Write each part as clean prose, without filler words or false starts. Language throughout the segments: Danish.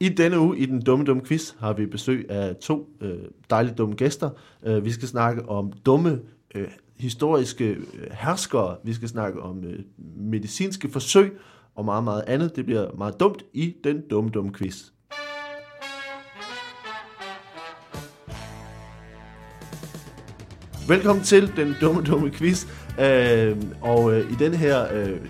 I denne uge i den dumme quiz har vi besøg af 2 dejligt dumme gæster. Vi skal snakke om dumme historiske herskere. Vi skal snakke om medicinske forsøg og meget, meget andet. Det bliver meget dumt i den dumme quiz. Velkommen til den dumme quiz. Og i den her,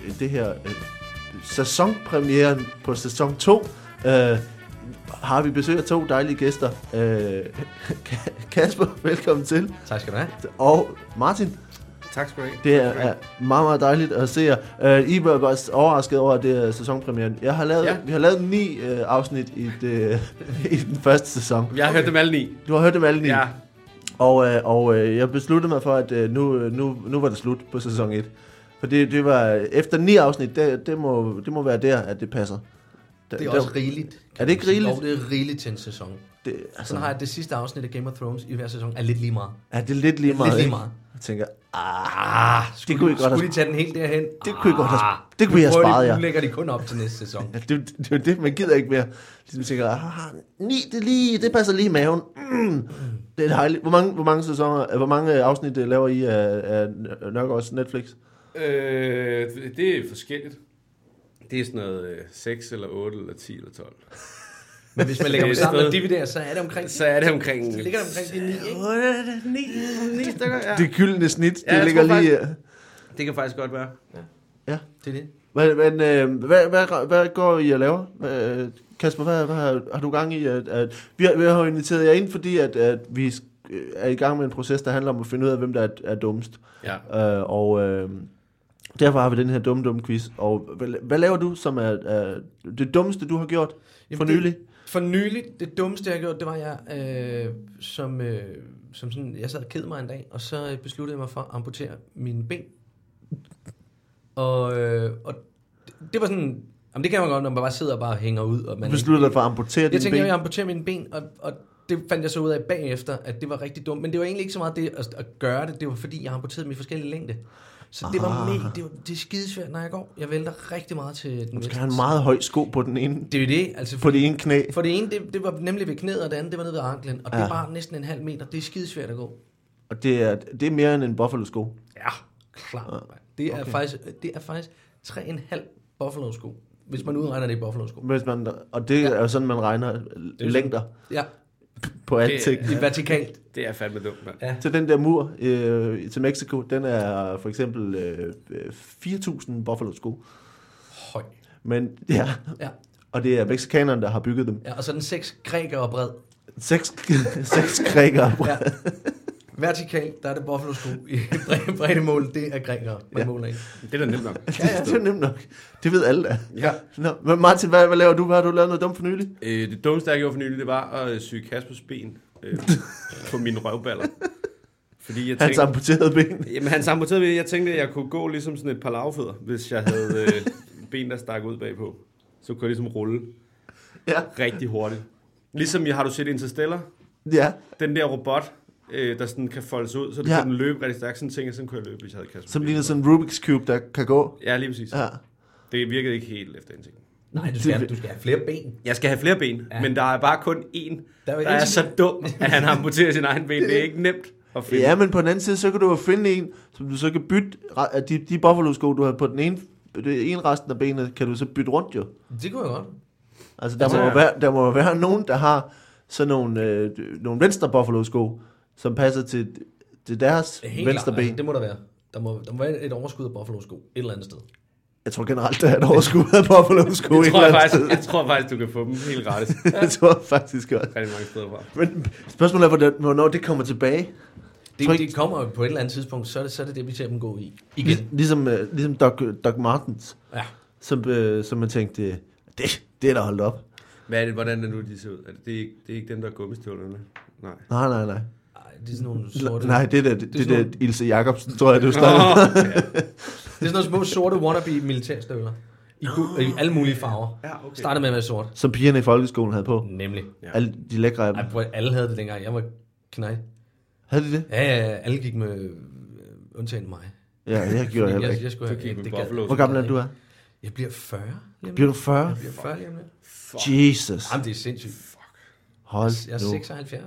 sæsonpremieren på sæson 2 har vi besøg af 2 dejlige gæster. Kasper, velkommen til. Tak skal du have. Og Martin. Tak skal du have. Det er meget, meget dejligt at se jer. I var bare overrasket over, at det er sæsonpremieren. Vi har lavet 9 afsnit i den første sæson. Jeg har hørt dem alle 9. Du har hørt dem alle 9? Ja. Og jeg besluttede mig for, at nu var det slut på sæson 1. For det var efter 9 afsnit, det må være der, at det passer. Det er også rigeligt. Er det ikke rigeligt? Det er rigeligt til en sæson. Sådan har jeg det sidste afsnit af Game of Thrones i hver sæson er lidt lige meget. Ja, det er lidt lige meget. Jeg tænker, det kunne I godt skulle de tage den helt derhen? Det kunne I godt have. Det kunne I have sparet jer. Nu lægger de kun op til næste sæson. Ja, det er det, man gider ikke mere. Ligesom tænker, 9, det passer lige i maven. Det er dejligt. Hvor mange afsnit laver I af Nørgaards Netflix? Det er forskelligt. Det er sådan noget 6 eller 8 eller 10 eller 12. Men hvis man lægger dem sammen og dividerer, så er det omkring... Så er det omkring... Så ligger det omkring de 9, ikke? 9 stykker, ja. Det gyldne snit, ja, det ligger lige... Det kan faktisk godt være. Ja. Det er det. Men hvad går I og laver? Kasper, hvad har du gang i? Vi har jo inviteret jer ind, fordi at vi er i gang med en proces, der handler om at finde ud af, hvem der er dummest. Ja. Derfor har vi den her dumme quiz. Og hvad laver du, som er det dummeste, du har gjort for nylig? For nylig, det dummeste, jeg har gjort, det var jeg, som sådan, jeg sad og kedede mig en dag, og så besluttede jeg mig for at amputere mine ben. Og det var sådan, jamen det kan man godt, når man bare sidder og bare hænger ud. Og man du besluttede dig for at amputere dine ben? Jeg tænkte, jeg amputere mine ben, og det fandt jeg så ud af bagefter, at det var rigtig dumt. Men det var egentlig ikke så meget det at gøre det, det var fordi, jeg amputerede dem i forskellige længde. Så det det er skidesvært, når jeg går. Jeg vælter rigtig meget til den venstre. Du skal have en meget høj sko på den ene. Det er jo det. Altså på det ene knæ. For det ene, det var nemlig ved knæet, og det andet, det var nede ved anklen. Og det er bare næsten en halv meter. Det er skidesvært at gå. Og det er mere end en Buffalo-sko? Ja, klart. Det er faktisk 3,5 Buffalo-sko. Hvis man udregner det i Buffalo-sko. Og det er jo sådan, man regner længder. Ja. På alting. Det er vertikalt. Det er fandme dumt, ja. Så den der mur til Mexico, den er for eksempel 4.000 Buffalo-sko. Høj. Men ja. Og det er mexikanerne, der har bygget dem. Ja, og så er den 6 grækere bred. 6 grækere bred. Ja. Vertikalt, der er det Buffalo-sko. I breddemål, det er grækere. Ja. Det er da nemt nok. Ja, det er nemt nok. Det ved alle da. Ja. Nå, men Martin, hvad laver du? Hvad har du lavet noget dumt for nylig? Det dummeste, jeg gjorde for nylig, det var at sy Kaspers ben på mine røvballer. Fordi jeg tænkte, hans amputerede ben? Jamen, hans amputerede ben. Jeg tænkte, at jeg kunne gå ligesom sådan et par lavfødder, hvis jeg havde ben, der stak ud bagpå. Så kunne jeg ligesom rulle rigtig hurtigt. Ligesom, har du set Interstellar? Ja. Den der robot, der sådan kan foldes ud, så det kan den løbe rigtig stærkt. Sådan ting, sådan kunne jeg løbe, hvis jeg havde Kasper. Som ligner sådan en Rubik's Cube, der kan gå? Ja, lige præcis. Ja. Det virkede ikke helt efter en ting. Nej, du skal have flere ben. Jeg skal have flere ben, men der er bare kun én, der er så dum, at han amputerer sin egen ben. Det er ikke nemt at finde. Ja, men på den anden side, så kan du jo finde en, som du så kan bytte, de Buffalo-sko, du har på den ene resten af benet, kan du så bytte rundt jo. Det kunne jeg godt. Altså, der må være nogen, der har sådan nogle venstre Buffalo-sko, som passer til deres venstre ben. Altså, det må der være. Der må være et overskud af Buffalo-sko et eller andet sted. Jeg tror generelt, der er et overskud af Buffalo-sko et eller andet sted. Jeg tror faktisk, du kan få dem helt gratis. Jeg tror faktisk godt. Rigtig mange steder fra. Men spørgsmålet er, hvornår det kommer tilbage. Det kommer jo på et eller andet tidspunkt, så er det, vi ser dem gå i. Igen. Ligesom Doc Martens. Ja. Som man tænkte, det er der holdt op. Hvad er det, hvordan er nu, de ser ud? Det er ikke dem, der er gummistøvlerne? Nej. Nej, det er sådan nogle sorte... Nej, det er Ilse Jacobsen, tror jeg, du snakker. Det er sådan nogle små sorte wannabe militærstøvler. I alle mulige farver. Ja, okay. Startede med at være sort. Som pigerne i folkeskolen havde på. Nemlig. Ja. Alle de lækre af dem. Alle havde det dengang. Jeg var knægt. Havde de det? Ja, alle gik med undtagen mig. Ja, jeg gjorde heller ikke. Jeg skulle have, Hvor gammel er du? Jeg bliver 40. Bliver du 40? Jeg bliver 40 lige om lidt. Jesus. Jamen, det er sindssygt. Hold Jeg er nu. 76.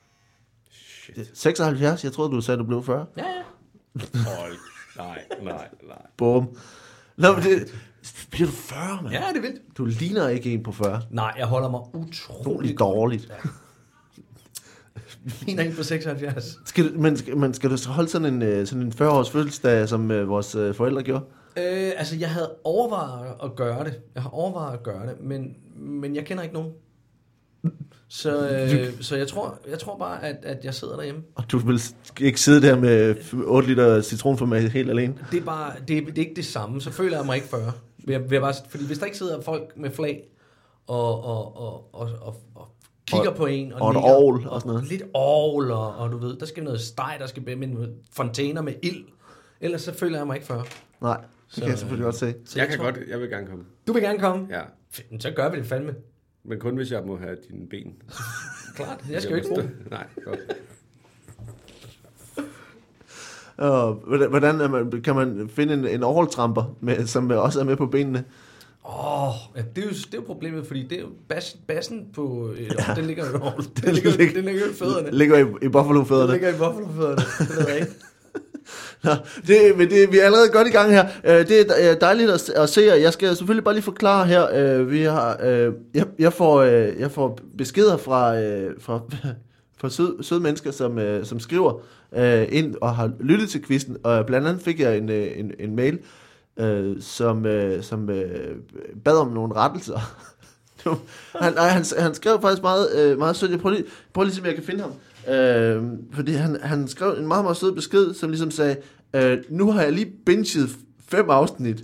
76? Jeg troede, du sagde, at du blev 40. Ja. Hold. Nej. Bum. Nå, men det... Bliver du 40, mand? Ja, det er vildt. Du ligner ikke en på 40. Nej, jeg holder mig utroligt Dårligt. Ja. Ligner en på 76. Skal du holde sådan en 40-års fødselsdag, som vores forældre gjorde? Altså, jeg havde overvejet at gøre det. Men jeg kender ikke nogen. Så jeg tror bare, at jeg sidder derhjemme. Og du vil ikke sidde der med 8 liter citronformat helt alene? Det er bare, det er ikke det samme. Så føler jeg mig ikke 40. Fordi hvis der ikke sidder folk med flag og kigger på en og et orgel og sådan noget. Lidt orgel og du ved, der skal noget steg, der skal med noget fontæner med ild. Ellers så føler jeg mig ikke 40. Nej, det kan jeg selvfølgelig godt se. Jeg vil gerne komme. Du vil gerne komme? Ja. Så gør vi det fandme. Men kun hvis jeg må have dine ben. Klart, jeg skal jo ikke bo. Nej, godt. Hvordan kan man finde en overholdtramper, som også er med på benene? Ja, det er jo problemet, fordi det er jo bassen på den ligger jo over. Den ligger jo i fødderne. Ligger i buffalo-fødderne. Den ligger i buffalo-fødderne. Det ved jeg ikke. Nå, vi er allerede godt i gang her. Det er dejligt at se, og jeg skal selvfølgelig bare lige forklare her. Jeg får beskeder fra søde mennesker, som skriver ind og har lyttet til quizzen, og blandt andet fik jeg en mail, som bad om nogle rettelser. Han skrev faktisk meget sødt. Jeg prøver lige se, om jeg kan finde ham. Fordi han skrev en meget, meget sød besked, som ligesom sagde, nu har jeg lige binget 5 afsnit.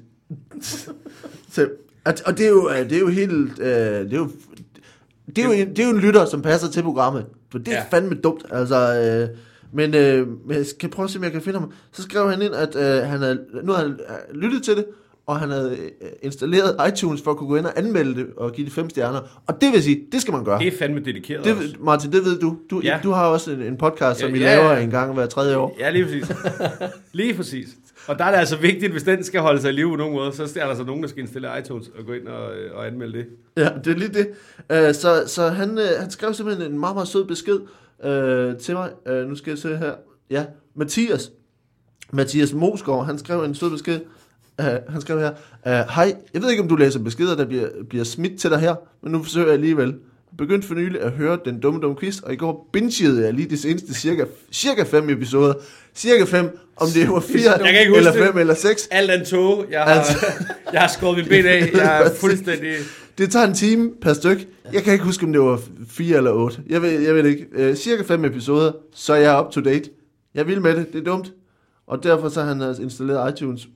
Og det er jo helt... Det er jo en lytter, som passer til programmet. For det er fandme dumt. Altså... Men jeg skal prøve at se, om jeg kan finde ham. Så skrev han ind, at nu havde han lyttet til det, og han havde installeret iTunes for at kunne gå ind og anmelde det og give det 5 stjerner. Og det vil sige, det skal man gøre. Det er fandme dedikeret også. Martin, det ved du. Du har også en podcast, som I laver en gang hver 3. år. Ja, lige præcis. Lige præcis. Og der er det altså vigtigt, hvis den skal holde sig i live på nogen måde, så er der altså nogen, der skal installere iTunes og gå ind og anmelde det. Ja, det er lige det. Så han skrev simpelthen en meget, meget sød besked til mig. Nu skal jeg se her. Ja, Mathias Mosgaard, han skrev en sød besked. Han skrev her, hej, jeg ved ikke, om du læser beskeder, der bliver smidt til dig her, men nu forsøger jeg alligevel. Begyndte for nylig at høre den dumme quiz, og i går bingede jeg lige de seneste cirka 5 episoder. Cirka 5, om det var 4 eller 5 eller 6. Alt den tog, jeg har skåret mit ben af, jeg er fuldstændig... Det tager en time per styk. Jeg kan ikke huske, om det var 4 eller 8. Jeg ved ikke. Cirka 5 episoder, så jeg er up to date. Jeg vil med det, det er dumt. Og derfor så har han installeret iTunes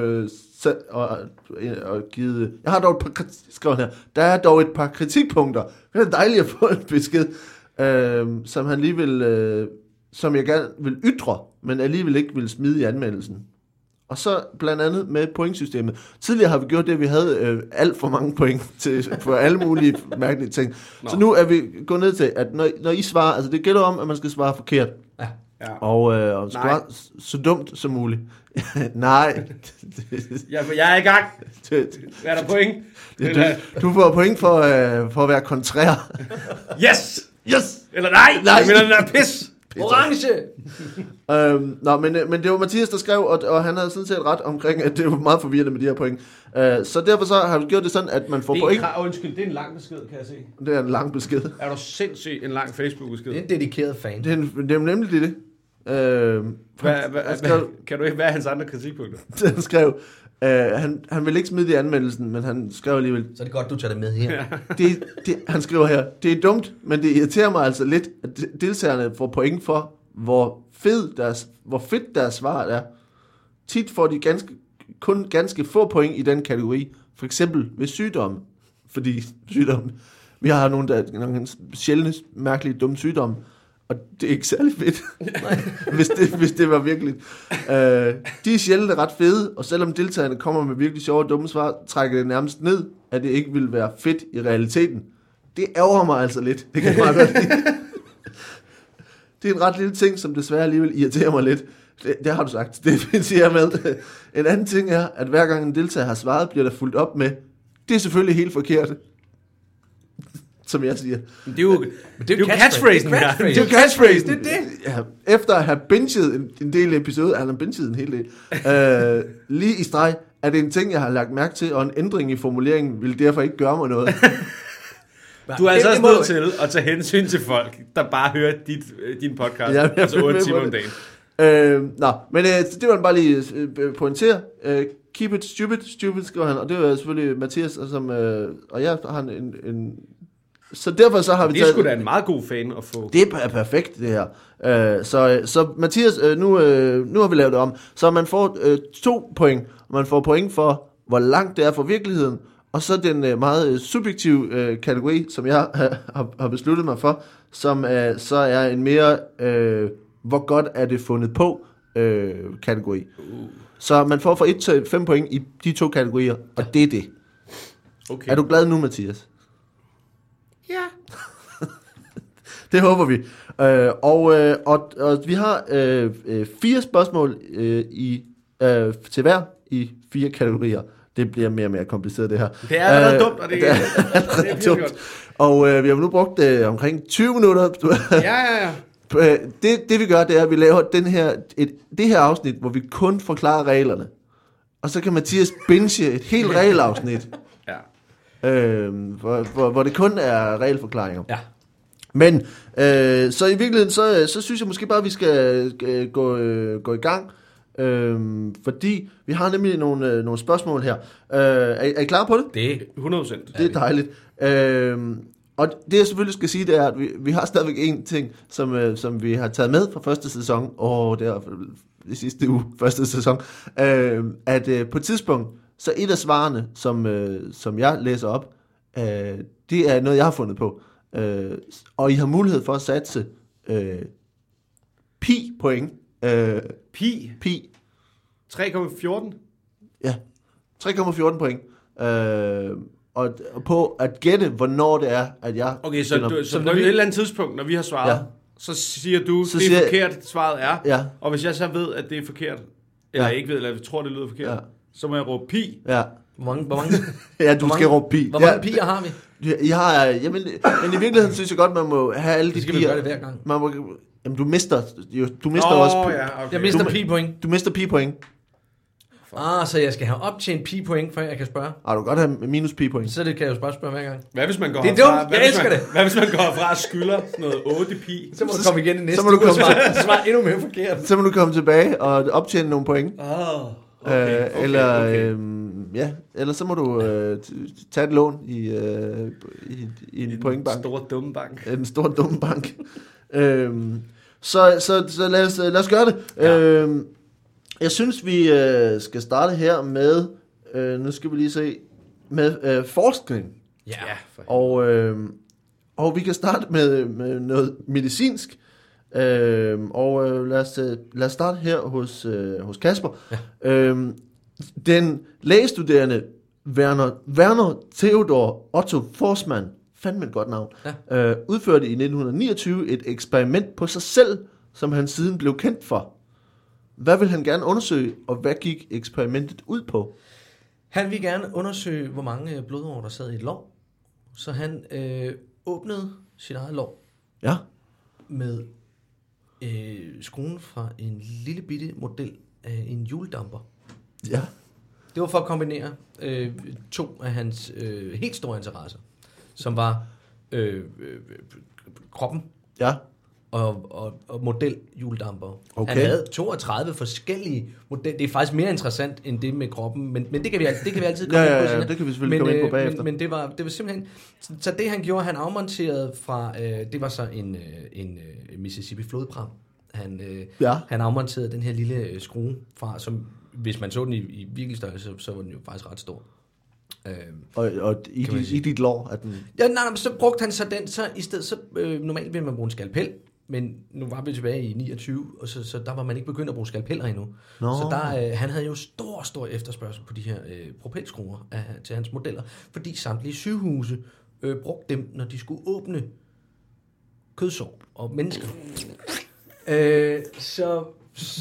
og givet... Jeg har dog der er dog et par kritikpunkter. Det er dejligt at få en besked, som han lige vil... som jeg gerne vil ytre, men alligevel ikke vil smide i anmeldelsen. Og så blandt andet med pointsystemet. Tidligere har vi gjort det, at vi havde alt for mange point for alle mulige mærkelige ting. Så nu er vi gået ned til, at når I svarer... Altså det gælder om, at man skal svare forkert. Ja. Og svare så dumt som muligt. Nej. Jeg er i gang. Hvad er der point? Du får point for at være kontrær. Yes! Eller nej! Men den er pis! Orange! Men det var Mathias, der skrev, og han havde sådan set ret omkring, at det var meget forvirrende med de her point. Så derfor så har vi gjort det sådan, at man får point. Undskyld, det er en lang besked, kan jeg se. Det er en lang besked. Er du sindssygt en lang Facebook-besked? Det er en dedikeret fan. Det er nemlig det. Kan du ikke være hans andre kritikpunkter? Han skrev, han vil ikke smide det i anmeldelsen, men han skrev alligevel. Så er det godt, du tager det med her. Han skriver her, det er dumt, men det irriterer mig altså lidt, at deltagerne får point for, hvor fedt deres svar er. Tit får de kun ganske få point i den kategori. For eksempel ved sygdomme. Fordi sygdomme, vi har nogle sjældne, mærkelige, dumme sygdomme. Og det er ikke særlig fedt, hvis det var virkelig. De er sjældent ret fede, og selvom deltagerne kommer med virkelig sjove og dumme svar, trækker det nærmest ned, at det ikke vil være fedt i realiteten. Det ærger mig altså lidt. Det kan jeg meget godt lide. Det er en ret lille ting, som desværre alligevel irriterer mig lidt. Det har du sagt. Det siger jeg med. En anden ting er, at hver gang en deltager har svaret, bliver der fulgt op med, det er selvfølgelig helt forkert. Som jeg siger. Det er jo catchphrasen her. Det er jo catchphrasen. Det er det. Ja, efter at have binget en del episode, han har binget en hel del, lige i streg, er det en ting, jeg har lagt mærke til, og en ændring i formuleringen vil derfor ikke gøre mig noget. Du er altså også nødt til at tage hensyn til folk, der bare hører din podcast, altså 8 timer om dagen. Men det var bare lige pointere. Keep it stupid, skriver han, og det var selvfølgelig Mathias, og jeg har en så derfor så har vi taget... Det er sgu da en meget god fan at få. Det er perfekt, det her. Så Mathias, nu har vi lavet det om. Så man får 2 point, og man får point for, hvor langt det er fra virkeligheden, og så den meget subjektive kategori, som jeg har besluttet mig for, som så er en mere, hvor godt er det fundet på kategori. Så man får fra 1 til 5 point i de 2 kategorier, og det er det. Okay. Er du glad nu, Mathias? Ja. Det håber vi. Og vi har 4 spørgsmål til hver i 4 kategorier. Det bliver mere og mere kompliceret, det her. Det er allerede dumt, og det er dumt. Og vi har nu brugt omkring 20 minutter. Ja. Det vi gør, det er, at vi laver det her afsnit, hvor vi kun forklarer reglerne. Og så kan Mathias binge et helt regelafsnit. Ja. Hvor det kun er regelforklaringer. Ja. Men så i virkeligheden, så synes jeg måske bare, at vi skal gå i gang. Fordi vi har nemlig nogle spørgsmål her. Er I klar på det? Det er 100%. Det er dejligt. Og det jeg selvfølgelig skal sige, det er, at vi har stadigvæk en ting, som vi har taget med fra første sæson. Det er det sidste uge, første sæson. At på et tidspunkt, så et af svarene, som jeg læser op, det er noget, jeg har fundet på. Og I har mulighed for at satse pi-point. Pi? 3,14? Ja, 3,14 point. Og på at gætte, hvornår det er, at jeg... Okay, så når vi et eller andet tidspunkt, når vi har svaret, så siger du, det er forkert, svaret er. Ja. Og hvis jeg så ved, at det er forkert, eller jeg ikke ved, eller jeg tror, det lyder forkert, så må jeg råbe pi. Ja. Hvor mange? Ja, du skal råbe pi. Hvor mange piger har vi? I har, men i virkeligheden synes jeg godt, man må have alle de piger. Skal vi gøre det hver gang? Jamen, du mister også... Ja, okay. Jeg mister pi-point. Du mister pi-point. Så jeg skal have optjent pi-point, før jeg kan spørge? Du kan godt have minus pi-point. Så det kan jeg jo bare spørge hver gang. Hvad hvis man går det er dumt, jeg elsker det. Hvad hvis man går herfra og skylder sådan noget 8 pi? Så må du komme igen i næste uge og svare endnu mere forkert. Så må du komme tilbage og optjene nogle point. Okay. Eller så må du tage et lån i en pointbank. En stor dumme bank. En stor dumme bank. Så lad os gøre det. Ja. Jeg synes, vi skal starte her med, nu skal vi lige se, med forskning. Ja. Og vi kan starte med noget medicinsk. Lad os starte her hos Kasper. Ja. Den lægestuderende Werner Theodor Otto Forsman, fandme et godt navn, udførte i 1929 et eksperiment på sig selv, som han siden blev kendt for. Hvad vil han gerne undersøge, og hvad gik eksperimentet ud på? Han ville gerne undersøge, hvor mange blodårer der sad i et lår. Så han åbnede sit eget lår med skruen fra en lille bitte model af en hjuldamper. Ja. Det var for at kombinere 2 af hans helt store interesser, som var kroppen og modelhjuldamper. Okay. Han havde 32 forskellige modeller. Det er faktisk mere interessant end det med kroppen, men det kan vi altid komme ind på. Ja, det kan vi selvfølgelig komme ind på bagefter. Men det var simpelthen... Så det han gjorde, han afmonterede fra... det var så en Mississippi flodpram. Han afmonterede den her lille skrue fra, som hvis man så den i virkelig størrelse, så var den jo faktisk ret stor. Og i dit lår er den... Ja, nej, så brugte han så den, så i stedet, så normalt vil man bruge en skalpel, men nu var vi tilbage i 29, og så der var man ikke begyndt at bruge skalpeller endnu. Så han havde jo stor efterspørgsel på de her propelskruer til hans modeller, fordi samtlige sygehuse brugte dem, når de skulle åbne kødsår og mennesker. Så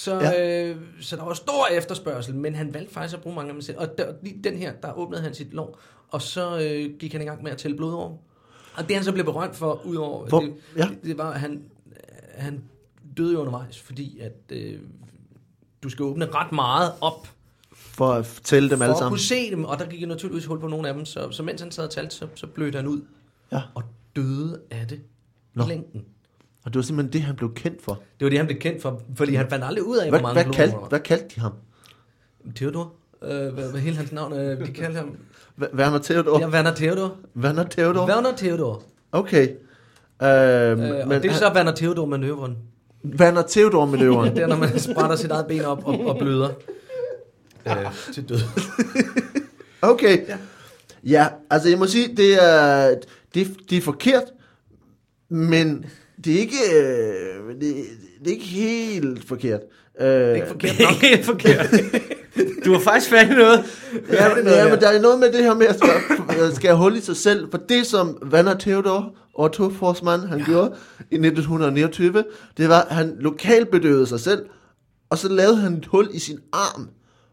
Så der var stor efterspørgsel, men han valgte faktisk at bruge mange af dem selv. Og lige den her, der åbnede han sit lår, og så gik han i gang med at tælle blodår. Og det han så blev berømt for, udover det var, at han døde jo undervejs, fordi at du skal åbne ret meget op, for at tælle dem alle sammen. For at kunne se dem, og der gik naturligvis hul på nogle af dem, så mens han sad og talte, så blødte han ud. Ja. Og døde af det i længden. Og det var simpelthen det, han blev kendt for. Det var det, han blev kendt for, fordi han fandt aldrig ud af, hvor mange blodår. Hvad kaldte de ham? Theodor. Hvad hele hans navn? De kaldte ham... Werner Theodor? Ja, Werner Theodor. Werner Theodor. Okay. Men det er så Werner Theodor-manøvren. Werner Theodor-manøvren. Det er, når man sprætter sit eget ben op og bløder til død. Okay. Ja, altså jeg må sige, det er forkert, men det er ikke, det er ikke helt forkert. Det er ikke forkert nok. Helt forkert. Du har faktisk fat i noget. Ja, men der er noget med det her med, at skal hul i sig selv. For det, som Werner Theodor, Otto Forsman, han gjorde i 1929, det var, at han lokalbedøvede sig selv, og så lavede han et hul i sin arm,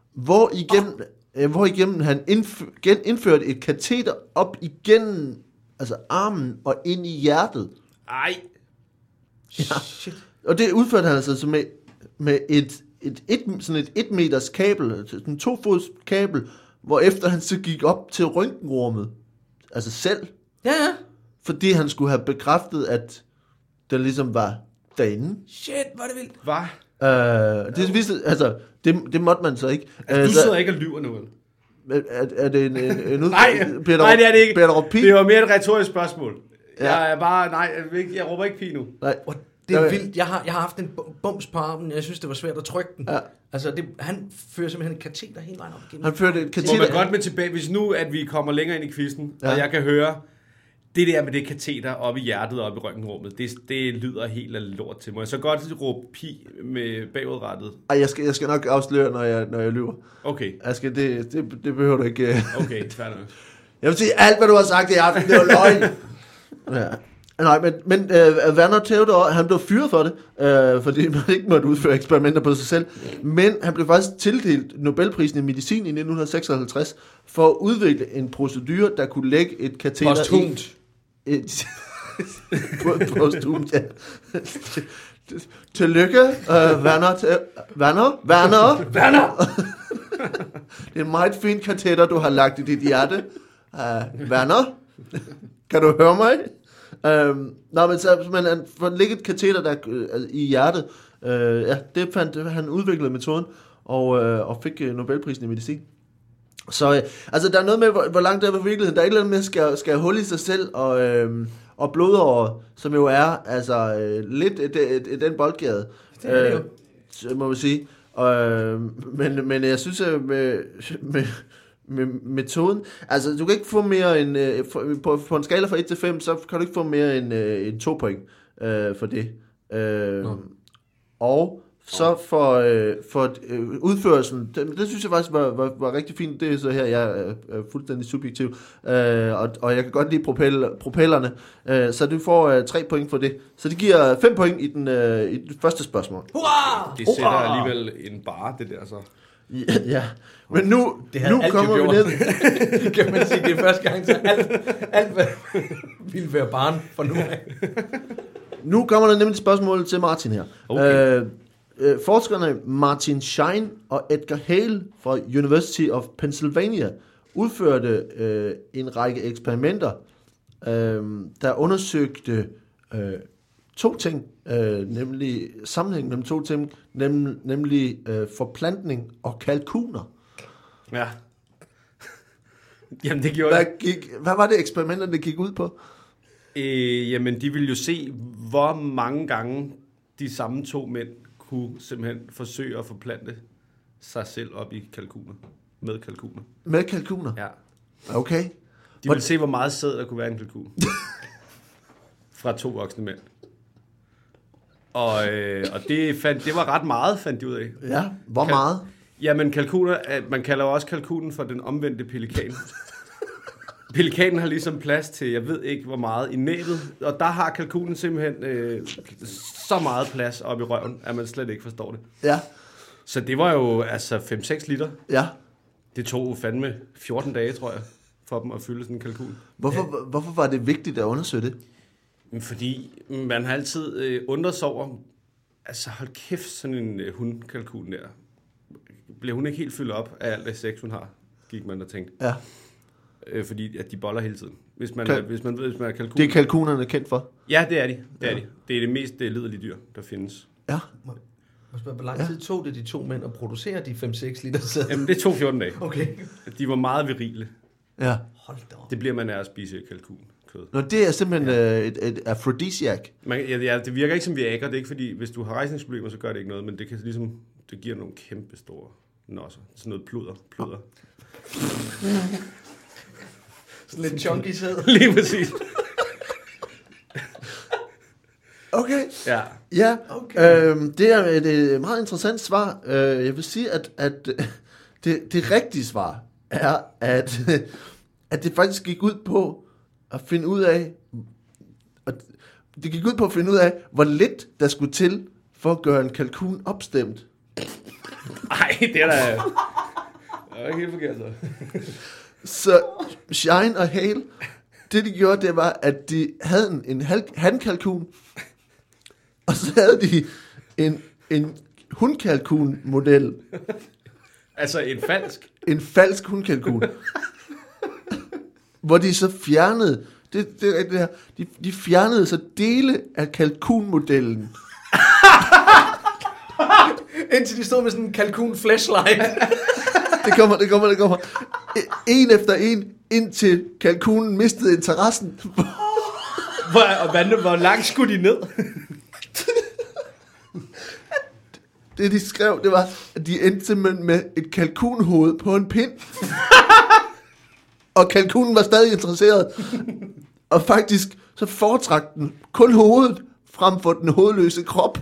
hvor igennem han indførte et kateter op igennem altså armen og ind i hjertet. Ej. Ja. Og det udførte han altså med et 1 meters kabel, sådan en 2 fods kabel, hvor efter han så gik op til røntgenrummet, altså selv. Ja. Fordi han skulle have bekræftet, at der ligesom var derinde. Shit, var det vildt. Hvad? Det viste, altså, det måtte man så ikke. Altså, du sidder ikke og lyver nu, vel? Er det en Nej, det er det ikke. Pi? Det var mere et retorisk spørgsmål. Ja. Jeg er bare, jeg råber ikke pi nu. Nej. Det er vildt. Jeg har haft en bums på armen. Jeg synes, det var svært at trykke den. Ja. Altså, han fører simpelthen et kateter hele vejen op igennem. Han førte et kateter. Må man godt med tilbage, hvis nu, at vi kommer længere ind i quizzen, og jeg kan høre, det der med det kateter op i hjertet og op i røntgenrummet, det lyder helt af lort til mig. Så godt råbe pi med bagudrettet. Ej, jeg skal nok afsløre, når jeg lyver. Okay. Det behøver du ikke. Okay, fair nok. Jeg vil sige, alt hvad du har sagt i aften, det var løgn. Ja. Nej, men Werner Theodor, han blev fyret for det, fordi man ikke måtte udføre eksperimenter på sig selv. Men han blev faktisk tildelt Nobelprisen i medicin i 1956 for at udvikle en procedure, der kunne lægge et kateter Posthumt. Posthumt, ja. Tillykke, Werner. Det er en meget fin kateter, du har lagt i dit hjerte. Werner, kan du høre mig? Men så man får lægget et kateter der i hjertet. Det fandt han udviklede metoden og fik Nobelprisen i medicin. Så altså der er noget med hvor langt det er på virkeligheden. Der er et eller andet med at skal hul i sig selv og blodårer, som jo er altså lidt den boldgade. Det er det jo. Må man sige. Men jeg synes med metoden, altså du kan ikke få mere end på en skala fra 1 til 5, så kan du ikke få mere end 2 point for det. Og så for udførelsen, det synes jeg faktisk var rigtig fint. Det er så her, jeg er fuldstændig subjektiv, og jeg kan godt lide propellerne, så du får 3 point for det. Så det giver 5 point i det første spørgsmål. Hurra! Det sætter alligevel en barre, det der så. Ja, men nu kommer vi ned. Kan man sige, det er første gang, så alt vil være barn for nu af. Nu kommer der nemlig et spørgsmål til Martin her. Okay. Forskerne Martin Shine og Edgar Hale fra University of Pennsylvania udførte en række eksperimenter, der undersøgte 2 ting, nemlig sammenhæng mellem 2 ting, nemlig forplantning og kalkuner. Ja. Jamen det gjorde hvad var det eksperimenterne gik ud på? Jamen de ville jo se, hvor mange gange de samme 2 mænd kunne simpelthen forsøge at forplante sig selv op i kalkuner. Med kalkuner. Med kalkuner? Ja. Okay. De ville se, hvor meget sæd der kunne være i en kalkun. Fra 2 voksne mænd. Og det var ret meget, fandt de ud af. Ja, hvor meget? Jamen kalkuner, man kalder jo også kalkunen for den omvendte pelikan. Pelikanen har ligesom plads til, jeg ved ikke hvor meget, i næbet. Og der har kalkunen simpelthen så meget plads op i røven, at man slet ikke forstår det. Ja. Så det var jo altså 5-6 liter. Ja. Det tog fandme 14 dage, tror jeg, for dem at fylde sådan en kalkun. Hvorfor var det vigtigt at undersøge det? Fordi man har altid undret sig over, altså hold kæft, sådan en hundkalkun der. Bliver hun ikke helt fyldt op af alt det sex, hun har, gik man og tænkte. Ja. Fordi at de boller hele tiden. Hvis man er kalkun. Det er kalkunerne kendt for? Ja, det er de. Det er det mest liderlige dyr, der findes. Ja. Hvor lang tid tog det de 2 mænd at producere de 5-6 liter sæd? Jamen, det tog 14 dage. Okay. De var meget virile. Ja. Hold da op. Det bliver man af at spise kalkunkød. Nå, det er simpelthen et aphrodisiac. Det virker ikke som Viagra. Det er ikke fordi, hvis du har rejsningsproblemer, så gør det ikke noget, men det kan ligesom, det giver nogle kæmpe store nosser. Sådan noget pludder. Sådan lidt chunky sæd. Lige præcis. Okay. Ja. Ja, Okay. det er et meget interessant svar. Jeg vil sige, at det rigtige svar er, at det faktisk gik ud på at finde ud af, hvor lidt der skulle til for at gøre en kalkun opstemt. Ej, det er da... Det er ikke helt forkert, så. Så Shine og Hale, det de gjorde, det var, at de havde en hankalkun, og så havde de en hundkalkun-model. Altså en falsk hundkalkun. Hvor de så fjernede, det er rigtigt her, de fjernede så dele af kalkunmodellen. Indtil de stod med sådan en kalkun-flashlight. Det kommer. En efter en, indtil kalkunen mistede interessen. Hvor langt skulle de ned? Det de skrev, det var, at de endte simpelthen med et kalkunhoved på en pind. Og kalkunen var stadig interesseret. Og faktisk så foretrak den kun hovedet frem for den hovedløse krop.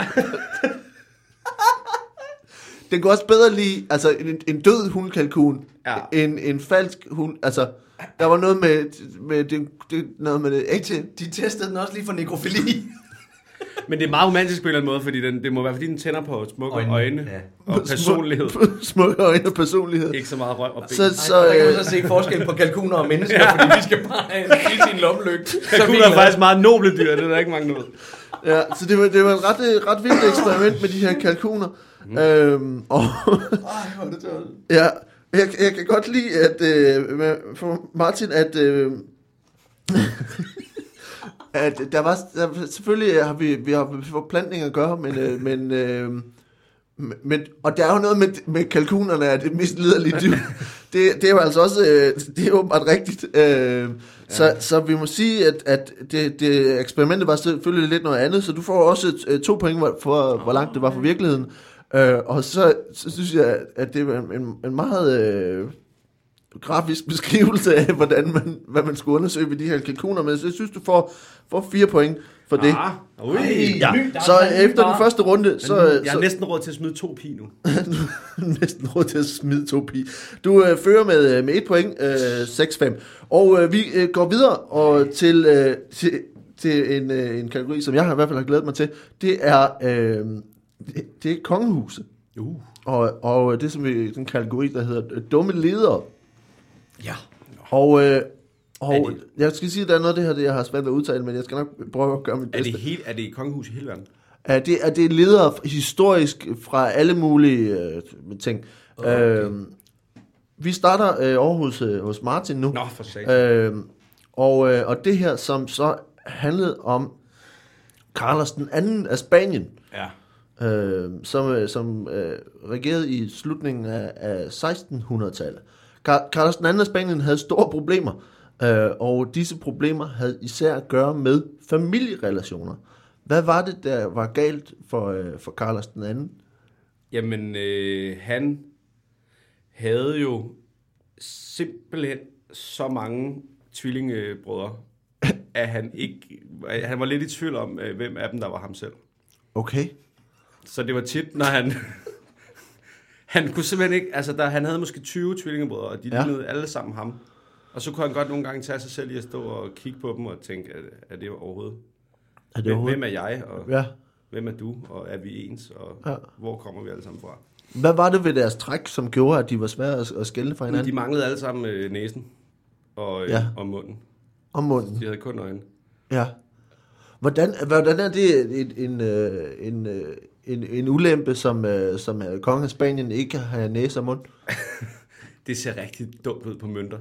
Den kunne også bedre lide altså en død hundkalkun end en falsk hund. Altså der var noget med det ægte. De testede den også lige for nekrofili. Men det er meget romantisk på en eller anden måde, fordi det må være, fordi den tænder på smukke øjne og personlighed. Smukke øjne og personlighed. Ikke så meget røv og ben. Så der kan man så se forskel på kalkuner og mennesker, fordi de skal bare have hele sin lommelygte. Kalkuner er faktisk meget noble dyr, det er der ikke mange, der ved. Ja, så det var et ret vildt eksperiment med de her kalkuner. Ja, jeg kan godt lide, at for Martin, at der var selvfølgelig har vi har forplantning at gøre, men og der er jo noget med kalkunerne er det mest liderlige dyr. Det er jo altså også det er åbenbart rigtigt. Så vi må sige, at det eksperimentet var selvfølgelig lidt noget andet, så du får også 2 point for hvor langt det var fra virkeligheden. Og så synes jeg, at det var en meget grafisk beskrivelse af, hvad man skulle undersøge ved de her kalkuner. Men jeg synes, du får 4 point for det. Ja. Så efter den første runde... Jeg har næsten råd til at smide 2 pi nu. Næsten råd til at smide 2 pi. Du fører med 1 point, 6-5. Og vi går videre og til en kategori, som jeg i hvert fald har glædet mig til. Det er... Det er kongehuset. Og det som vi den kategori, der hedder dumme ledere. Ja. Og jeg skal sige, at der er noget af det her, jeg har svært at udtale, men jeg skal nok prøve at gøre mit bedste. Er det kongehus i hele verden? Det er ledere historisk fra alle mulige ting. Okay. Vi starter over hos Martin nu. Nå, for satan. Og det her, som så handlede om Carlos den anden af Spanien. Ja. Som regerede i slutningen af 1600-tallet. Carlos II af Spanien havde store problemer, og disse problemer havde især at gøre med familierelationer. Hvad var det, der var galt for Carlos II? Jamen, han havde jo simpelthen så mange tvillingebrødre, at han var lidt i tvivl om, hvem af dem, der var ham selv. Okay. Så det var tit, når han kunne simpelthen ikke, altså han havde måske 20 tvillingebrødre, og de lignede alle sammen ham. Og så kunne han godt nogle gange tage sig selv i at stå og kigge på dem og tænke, er det overhovedet? Hvem er jeg, og hvem er du, og er vi ens, og hvor kommer vi alle sammen fra? Hvad var det ved deres træk, som gjorde, at de var svære at skelne fra hinanden? De manglede alle sammen næsen og munden. Og munden. De havde kun øjne. Ja. Hvordan er det en ulempe, som kongen af Spanien ikke har næse og mund? Det ser rigtig dumt ud på mønter.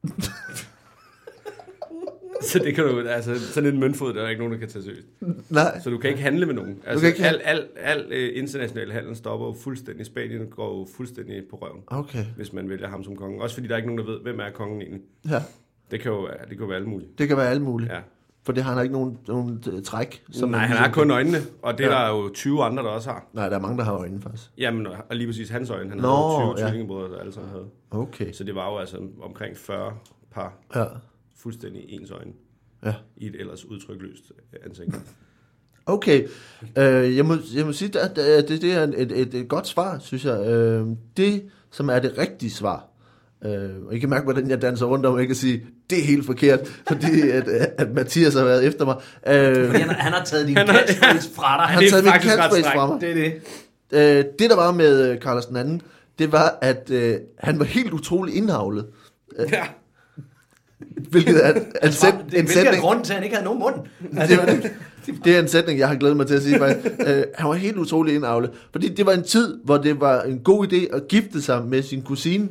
Så det kan du, altså sådan en møntfod, der er ikke nogen, der kan tage seriøst. Nej. Så du kan ikke handle med nogen. Altså al international handel stopper jo fuldstændig. Spanien går jo fuldstændig på røven, okay, hvis man vælger ham som konge. Også fordi der er ikke nogen, der ved, hvem er kongen egentlig. Ja. Det kan jo være alt muligt. Det kan være alt muligt. Ja. For det har han ikke nogen træk. Som Nej, han har kun øjnene, og det er der jo 20 andre, der også har. Nej, der er mange, der har øjne faktisk. Jamen, og lige præcis hans øjne. Han havde 20 tvillingebrødre, der alle sammen havde. Okay. Så det var jo altså omkring 40 par fuldstændig ens øjne. Ja. I et ellers udtrykløst ansigt. Okay. Jeg må sige, at det er et godt svar, synes jeg. Det, som er det rigtige svar, og I kan mærke, hvordan jeg danser rundt om, og jeg kan sige, det er helt forkert, fordi at Mathias har været efter mig. Fordi han har taget din catchphrase fra dig. Han har taget min catchphrase fra mig. Det er det. Det, der var med Carlos II, det var, at han var helt utrolig indhavlet. Ja. Hvilket er en sætning. Hvilket er grunden til, at han ikke havde nogen mund. Det er en sætning, jeg har glædet mig til at sige. Han var helt utrolig indavlet. Fordi det var en tid, hvor det var en god idé at gifte sig med sin kusine.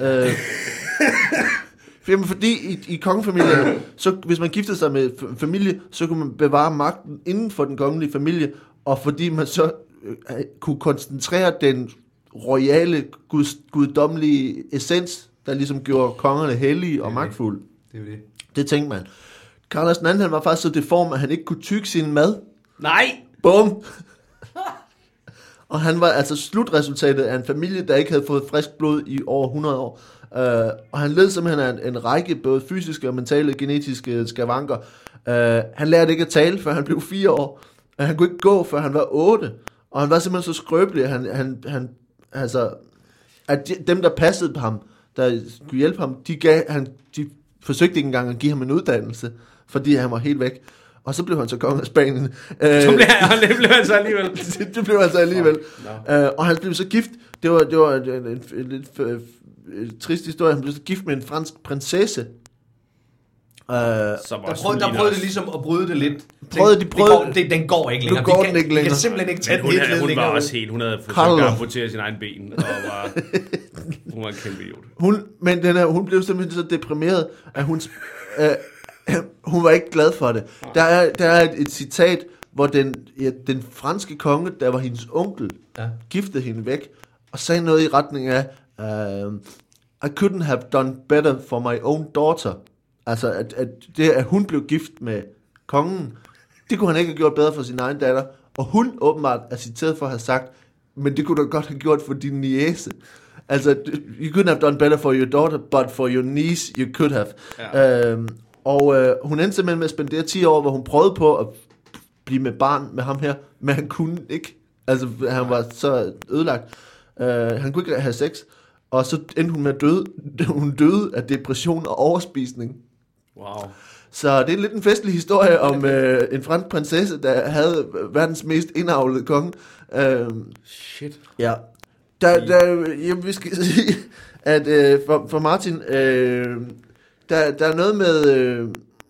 Fordi i kongefamilien, så hvis man giftede sig med familie, så kunne man bevare magten inden for den kongelige familie, og fordi man så kunne koncentrere den royale, guddommelige essens, der ligesom gjorde kongerne hellige og magtfulde. Det er det. Det tænkte man. Carlos II, han var faktisk så deform, at han ikke kunne tygge sin mad. Nej! Bum! Og han var altså slutresultatet af en familie, der ikke havde fået frisk blod i over 100 år. Og han led simpelthen af en række både fysiske og mentale genetiske skavanker. Han lærte ikke at tale, før han blev 4 år. Han kunne ikke gå, før han var 8. Og han var simpelthen så skrøbelig, at dem, der passede på ham, der skulle hjælpe ham, de forsøgte ikke engang at give ham en uddannelse, fordi han var helt væk. Og så blev han så konge af Spanien. Det blev han så alligevel. Det blev han så alligevel. Og han blev så gift. Det var en lidt trist historie. Han blev så gift med en fransk prinsesse. Der prøvede de ligesom at bryde det lidt. Den går ikke længere. Vi kan simpelthen ikke tage det lidt. Hun var også helt... Hun havde forsøgt at amputere sin egen ben. Og hun var en kæmpe idiot. Hun blev simpelthen så deprimeret, at hun var ikke glad for det. Der er et citat, hvor den franske konge, der var hendes onkel, giftede hende væk, og sagde noget i retning af, I couldn't have done better for my own daughter. Altså, at hun blev gift med kongen, det kunne han ikke have gjort bedre for sin egen datter. Og hun åbenbart er citeret for at have sagt, men det kunne du godt have gjort for din niece. Altså, you couldn't have done better for your daughter, but for your niece, you could have. Ja. Hun endte simpelthen med at spendere 10 år, hvor hun prøvede på at blive med barn med ham her, men han kunne ikke. Altså, han var så ødelagt. Han kunne ikke have sex. Og så endte hun med at døde. Hun døde af depression og overspisning. Wow. Så det er lidt en festlig historie om en fransk prinsesse, der havde verdens mest indavlede konge. Shit. Ja. Vi skal sige, at for Martin, der er noget med,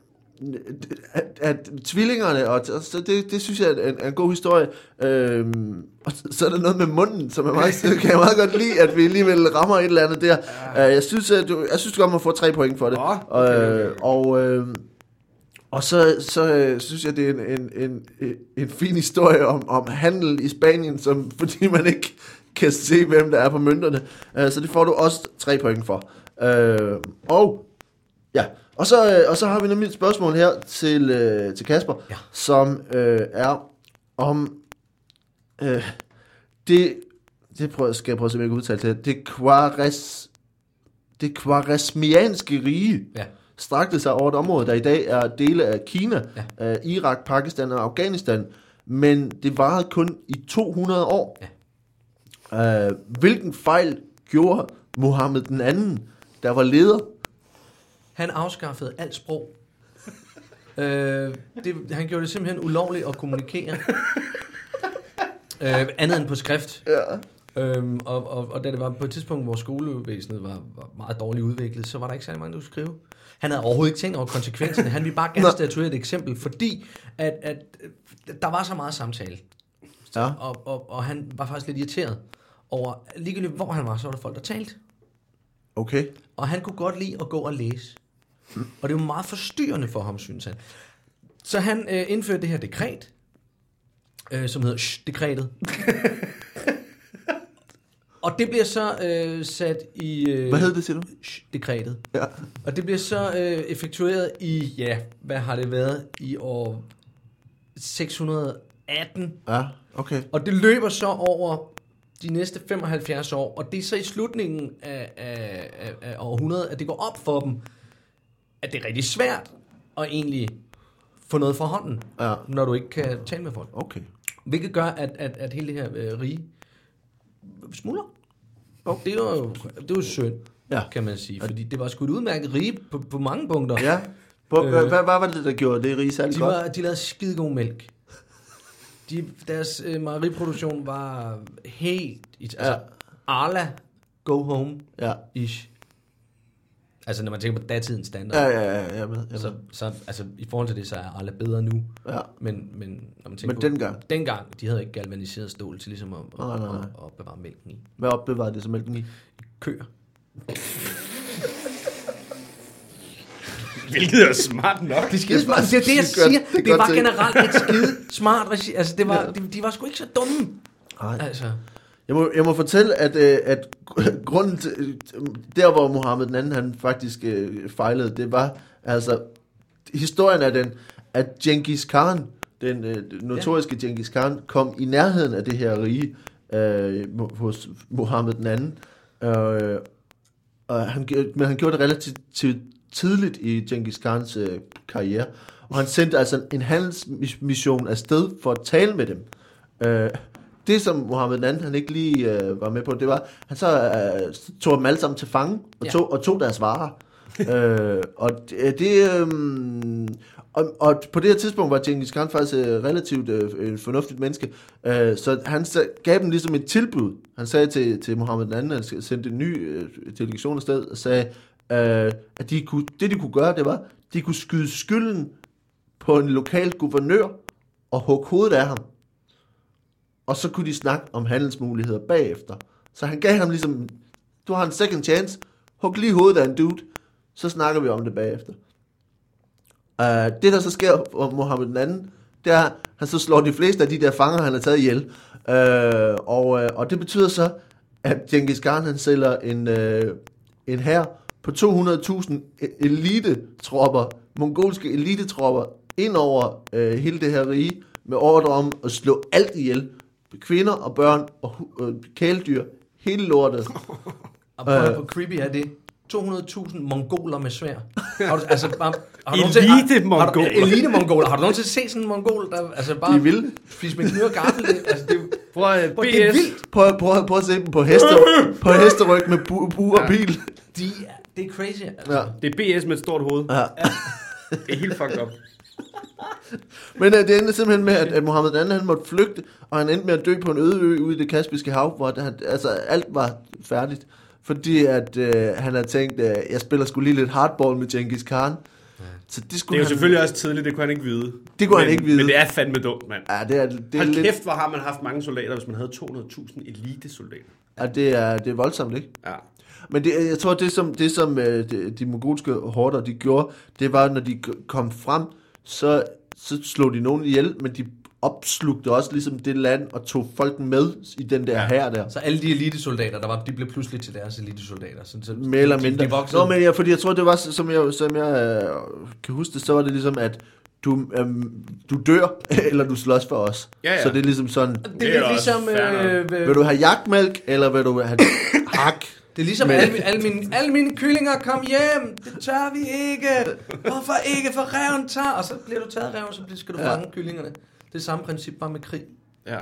at tvillingerne, og så det synes jeg er en god historie. Og så er der noget med munden, som er meget, kan jeg meget godt lide, at vi alligevel rammer et eller andet der. Jeg synes, du godt må få 3 point for det. Okay. Og så synes jeg, det er en fin historie om handel i Spanien, fordi man ikke kan se, hvem der er på mønterne. Så det får du også 3 point for. Og så har vi nemlig et spørgsmål her til Kasper, som er om skal jeg prøve at se, om jeg kan udtale det. Det kvaresmianske rige strakte sig over et område, der i dag er dele af Kina, Irak, Pakistan og Afghanistan, men det varede kun i 200 år. Hvilken fejl gjorde Mohammed den anden, der var leder? Han afskaffede alt sprog. Han gjorde det simpelthen ulovligt at kommunikere. Andet end på skrift. Og da det var på et tidspunkt, hvor skolevæsenet var meget dårligt udviklet, så var der ikke særlig mange, der kunne skrive. Han havde overhovedet ikke tænkt over konsekvenserne. Han ville bare gerne statuere et eksempel, fordi at der var så meget samtale. Ja. Og han var faktisk lidt irriteret over, ligegyldigt hvor han var, så var der folk, der talte. Okay. Og han kunne godt lide at gå og læse. Og det var meget forstyrrende for ham, synes han. Så han indførte det her dekret, som hedder dekretet. Og det bliver så sat i... Hvad hedder det, siger du? Dekretet. Ja. Og det bliver så effektueret i, hvad har det været, i år 618. Ja, okay. Og det løber så over de næste 75 år, og det er så i slutningen af århundredet, at det går op for dem, at det er rigtig svært at egentlig få noget for hånden, når du ikke kan tale med folk. Okay. Hvilket gør, at hele det her rige smuldrer. Det er jo synd, kan man sige, fordi det var sgu et udmærket rige på mange punkter. Ja. Hvad var det, der gjorde det rige særlig godt? De lavede skidegod mælk. Deres mejeriproduktion var helt... Altså, Arla, go home-ish. Altså, når man tænker på datidens standard. Ja. Så altså, i forhold til det, så er Arla bedre nu. Ja. Men når man tænker på... Dengang, de havde ikke galvaniseret stål til ligesom at bevare mælken i. Hvad opbevarede det så mælken i? Køer. Hvilket er smart nok. Det er skide smart. Det er det, jeg siger. Det var generelt et skide smart regi. Altså, de var sgu ikke så dumme. Nej. Altså. Jeg må fortælle, at grunden til, der hvor Mohammed den anden, han faktisk fejlede, det var, altså, historien er den, at Genghis Khan, den notoriske Genghis Khan, kom i nærheden af det her rige hos Mohammed den anden. Men han gjorde det relativt tidligt i Genghis Khans karriere, og han sendte altså en handelsmission afsted for at tale med dem. Det, som Mohammed den anden, han ikke lige var med på, det var, han så tog dem alle sammen til fange, og tog deres varer. Og på det her tidspunkt var Genghis Khan faktisk relativt fornuftigt menneske, så han gav dem ligesom et tilbud. Han sagde til Mohammed den anden, at han sendte en ny delegation afsted, og sagde, at de kunne gøre, det var, de kunne skyde skylden på en lokal guvernør og hugge hovedet af ham. Og så kunne de snakke om handelsmuligheder bagefter. Så han gav ham ligesom, du har en second chance, hug lige hovedet af en dude, så snakker vi om det bagefter. Det der så sker for Mohammed den anden, det er, han så slår de fleste af de der fanger, han har taget ihjel. Og det betyder så, at Genghis Khan, han sælger en hær på 200.000 elitetropper, mongolske elitetropper, ind over hele det her rige, med ordre om at slå alt ihjel. Kvinder og børn og kæledyr, hele lortet. Og hvor creepy er det? 200.000 mongoler med svær. Elite-mongoler. Har du nogensinde set sådan en mongol, der altså bare spiser med kniv og gaffel? Altså, det er vildt. Prøv at se dem på hesteryg med bu og bil. Det er crazy. Altså. Ja. Det er BS med et stort hoved. Ja. Det er helt fucked up. Men det endte simpelthen med, at Mohammed den anden, han måtte flygte, og han endte med at dø på en øde ø ude i det Kaspiske Hav, hvor alt var færdigt. Fordi at han havde tænkt, jeg spiller sgu lige lidt hardball med Genghis Khan. Ja. Så det er jo selvfølgelig også tidligt, det kunne han ikke vide. Men det er fandme dumt, mand. Ja, det er hold kæft, hvor har man haft mange soldater, hvis man havde 200.000 elitesoldater. Ja, det er voldsomt, ikke? Ja. Men jeg tror, det som de mongolske horder, de gjorde, det var, når de kom frem, så slog de nogen ihjel, men de opslugte også ligesom det land og tog folk med i den der hær der. Så alle de elitesoldater, der var, de blev pludselig til deres elitesoldater. Så mere eller mindre. Nå, men fordi jeg tror, det var, som jeg kan huske det, så var det ligesom, at du dør, eller du slås for os. Ja. Så det er ligesom sådan... Det er ligesom... vil du have jagtmælk, eller vil du have hak? Det er ligesom, alle mine kyllinger kom hjem. Det tør vi ikke. Hvorfor ikke? For ræven tager. Og så bliver du taget af ræven, så skal du fange kyllingerne. Det er samme princip, bare med krig. Ja.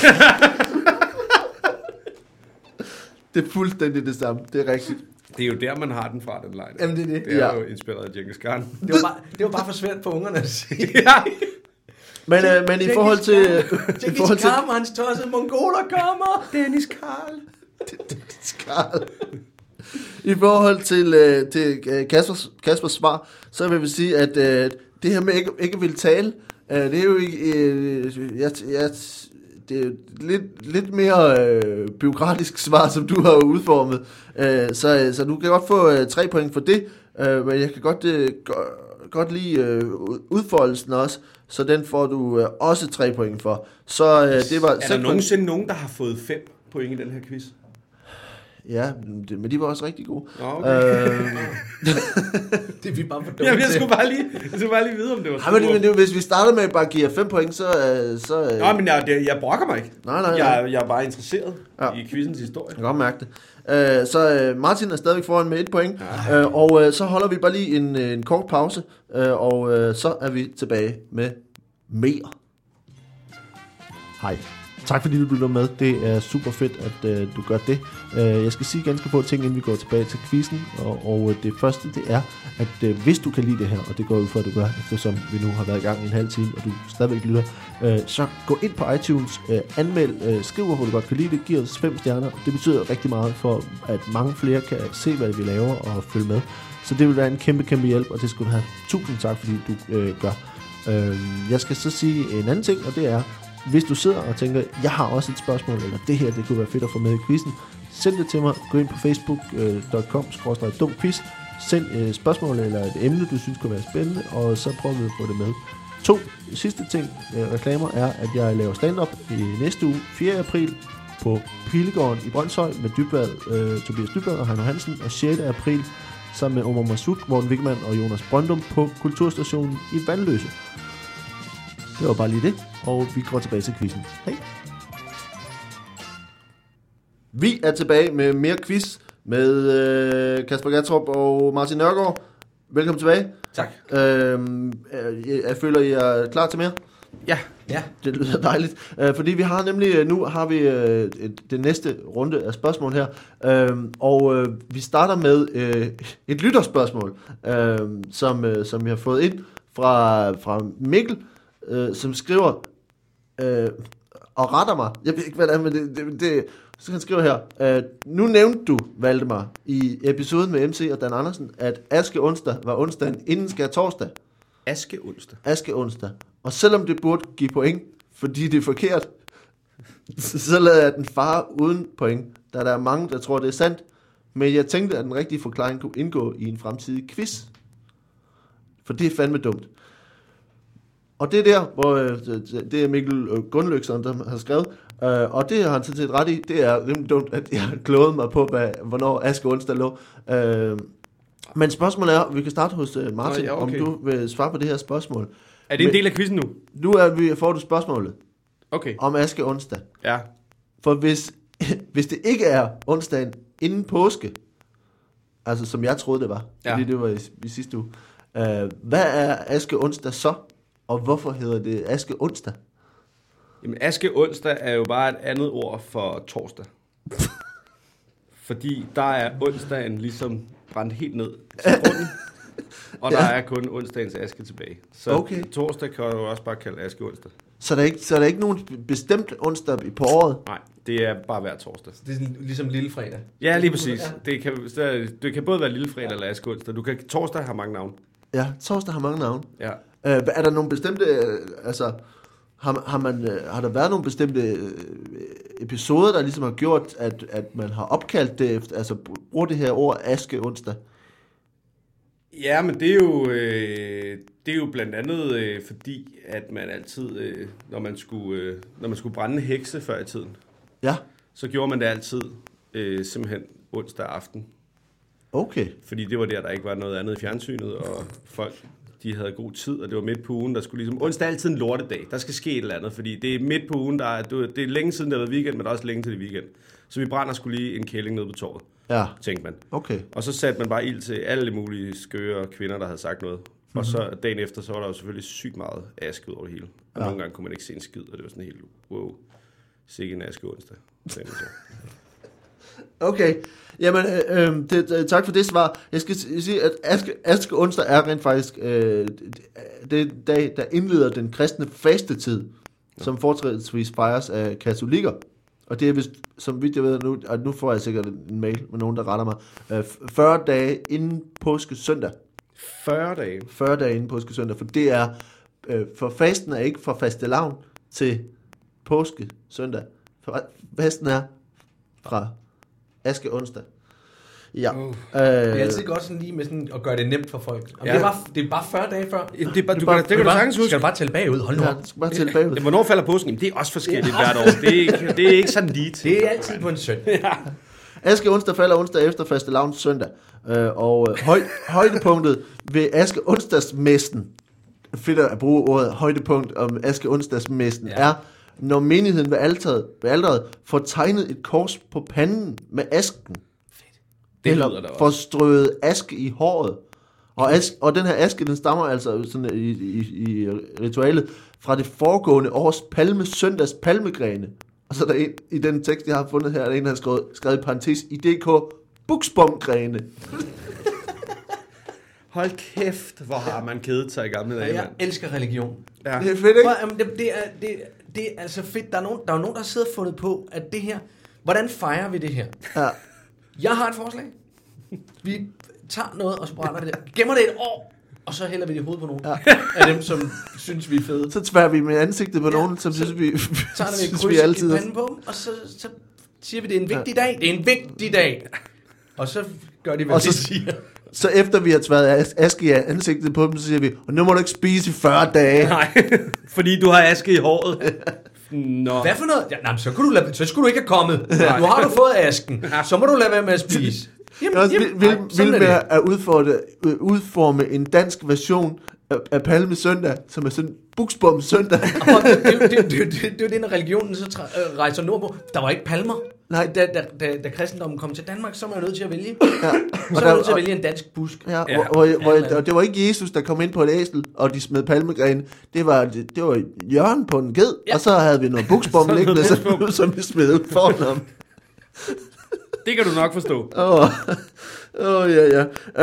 Det er fuldstændig det samme. Det er rigtigt. Det er jo der, man har den fra, den line. Jamen, det er det. Det er jo inspireret af Genghis Khan. Det var bare for svært for ungerne at sige. Men i forhold til... Genghis Khan, hans tossede mongoler kommer. Dennis Karl. I forhold til Kaspers svar, så vil jeg sige, at det her med ikke vil tale, det er jo ikke... det er lidt mere bureaukratisk svar, som du har udformet. Så du kan godt få 3 point for det, men jeg kan godt lide udfoldelsen også, så den får du også 3 point for. Så det var... Er der nogensinde nogen, der har fået 5 point i den her quiz? Ja, men de var også rigtig gode. Okay. Det er vi bare for dumme. Jamen, jeg skulle bare lige vide, om det var men hvis vi starter med at bare give 5 point, så... Nå, men jeg brokker mig ikke. Nej. Jeg er bare interesseret i quizens historie. Jeg kan godt mærke det. Så Martin er stadigvæk foran med 1 point. Og så holder vi bare lige en kort pause. Og så er vi tilbage med mere. Hej. Tak fordi du lytter med. Det er super fedt, at du gør det. Jeg skal sige ganske få ting, inden vi går tilbage til quizzen. Og det første, det er, at hvis du kan lide det her, og det går ud for, at du gør, eftersom vi nu har været i gang i en halv time, og du stadigvæk lytter, så gå ind på iTunes, anmeld, skriv, hvor du godt kan lide det, giv os 5 stjerner. Det betyder rigtig meget for, at mange flere kan se, hvad vi laver og følge med. Så det vil være en kæmpe, kæmpe hjælp, og det skal du have 1000 tak, fordi du gør. Jeg skal så sige en anden ting, og det er, hvis du sidder og tænker, jeg har også et spørgsmål, eller det her, det kunne være fedt at få med i quizzen, send det til mig. Gå ind på facebook.com/dumquiz. Send spørgsmål eller et emne, du synes kunne være spændende, og så prøver vi at få det med. 2 sidste ting, reklamer, er, at jeg laver stand-up i næste uge, 4. april, på Pilegården i Brøndshøj med Tobias Dybvad og Heino Hansen, og 6. april sammen med Omar Masud, Morten Wigman og Jonas Brøndum på Kulturstationen i Vandløse. Det var bare lige det, og vi går tilbage til quizzen. Hej. Vi er tilbage med mere quiz med Kasper Gattrup og Martin Nørgaard. Velkommen tilbage. Tak. Jeg føler, I er klar til mere? Ja. Det lyder dejligt. Fordi vi har nemlig, nu har vi den næste runde af spørgsmål her. Og vi starter med et lytterspørgsmål, som vi har fået ind fra Mikkel, som skriver og retter mig. Jeg ved ikke, hvad det er, men så han skriver her. Nu nævnte du, Valdemar, i episoden med MC og Dan Andersen, at Aske onsdag var onsdagen inden skær torsdag. Aske onsdag. Og selvom det burde give point, fordi det er forkert, så lader jeg den fare uden point, da der er mange, der tror, det er sandt. Men jeg tænkte, at den rigtige forklaring kunne indgå i en fremtidig quiz. For det er fandme dumt. Og det er der, hvor det er Mikkel Gunnløgsson, der har skrevet, og det har han sådan set ret i. Det er rimelig dumt, at jeg har klået mig på, hvornår Aske onsdag lå. Men spørgsmålet er, vi kan starte hos Martin, om du vil svare på det her spørgsmål. Er det en del af quizzen nu? Nu får du spørgsmålet om Aske onsdag. Ja. For hvis det ikke er onsdagen inden påske, altså som jeg troede det var, fordi det var i sidste uge, hvad er Aske onsdag så? Og hvorfor hedder det Aske onsdag? Jamen, Aske onsdag er jo bare et andet ord for torsdag. Fordi der er onsdagen ligesom brændt helt ned til grunden, og der er kun onsdagens aske tilbage. Så torsdag kan jo også bare kalde Aske onsdag. Så der er ikke nogen bestemt onsdag på året? Nej, det er bare hver torsdag. Det er ligesom lille fredag. Ja, lige præcis. Det kan både være lille fredag eller Aske onsdag. Torsdag har mange navne. Ja, torsdag har mange navne. Ja. Er der nogle bestemte, altså har der været nogle bestemte episoder, der ligesom har gjort, at man har opkaldt det efter, altså bruger det her ord Aske onsdag? Ja, men det er jo blandt andet fordi, at man altid, når man skulle brænde hekse før i tiden, så gjorde man det altid simpelthen onsdag aften. Okay. Fordi det var der ikke var noget andet i fjernsynet, og folk, de havde god tid, og det var midt på ugen, der skulle ligesom... Onsdag er altid en lortedag, der skal ske et eller andet, fordi det er midt på ugen, det er længe siden, det har været weekend, men der er også længe til det weekend. Så vi brænder skulle lige en kælling ned på torvet, tænkte man. Okay. Og så satte man bare ild til alle mulige skøre kvinder, der havde sagt noget. Og så dagen efter, så var der jo selvfølgelig sygt meget aske ud over det hele. Og nogle gange kunne man ikke se en skid, og det var sådan helt, wow, sikke en aske onsdag. Okay. Jamen, tak for det svar. Jeg skal sige, at Aske onsdag er rent faktisk det dag, der indleder den kristne fastetid, som fortrinsvis fejres af katolikker. Og det er vist, som vidt jeg ved nu, og nu får jeg sikkert en mail med nogen, der retter mig, 40 dage inden påske søndag. 40 dage? 40 dage inden påske søndag, for det er, for fasten er ikke fra fastelavn til påske søndag. Fasten er fra Aske onsdag. Ja. Det er altid godt sådan lige med sådan at gøre det nemt for folk. Ja. Det er bare 40 dage før. Det kan du sagtens huske. Skal du bare tælle bagud? Hold nu op. Bare tælle bagud. Hvornår falder påsken? Jamen, det er også forskelligt hvert år. Det er ikke sådan lige til. Det er altid på en søndag. Ja. Aske onsdag falder onsdag efter fastelavns søndag. Og højdepunktet ved Aske onsdagsmessen, fedt at bruge ordet højdepunkt om Aske onsdagsmessen, er, når menigheden ved alteret får tegnet et kors på panden med asken. Eller får strøget aske i håret. Og den her aske, den stammer altså sådan i ritualet fra det foregående års søndags palmegrene. Og så er der en, i den tekst, jeg har fundet her, der er en, der har skrevet i parentes i DK, buksbomgrene. Hold kæft, hvor har man kedet sig i gamle dage, Jeg elsker religion. Ja. Det er fedt, ikke? Det er altså fedt. Der er jo nogen, der sidder fundet på, at det her... Hvordan fejrer vi det her? Ja. Jeg har et forslag. Vi tager noget, og så brænder det der. Gemmer det et år, og så hælder vi det i hovedet på nogen af dem, som synes, vi er fede. Så tværger vi med ansigtet på nogen, som synes, vi tager vi panden på dem, og så siger vi, det er en vigtig dag. Det er en vigtig dag. Og så gør de, hvad de siger. Så efter vi har tværet aske i ansigtet på dem, så siger vi, og nu må du ikke spise i 40 dage. Nej, fordi du har aske i håret. Nå. Hvad for noget? Ja, nej, så skulle du ikke have kommet. Nu har du fået asken. Så må du lade være med at spise. Vil med at udforme en dansk version af Palme Søndag, som er sådan buksbom søndag. Det er jo det, når religionen så rejser nordpå. Der var ikke palmer. Nej. Da kristendommen kom til Danmark, så var man nødt til at vælge. Ja. Så var man nødt til at vælge en dansk busk. Ja, og det var ikke Jesus, der kom ind på et æsel, og de smed palmegrene. Det var Jørgen på en ged, og så havde vi noget buksbom liggende, som vi smed ud foran ham. Det kan du nok forstå. Ja.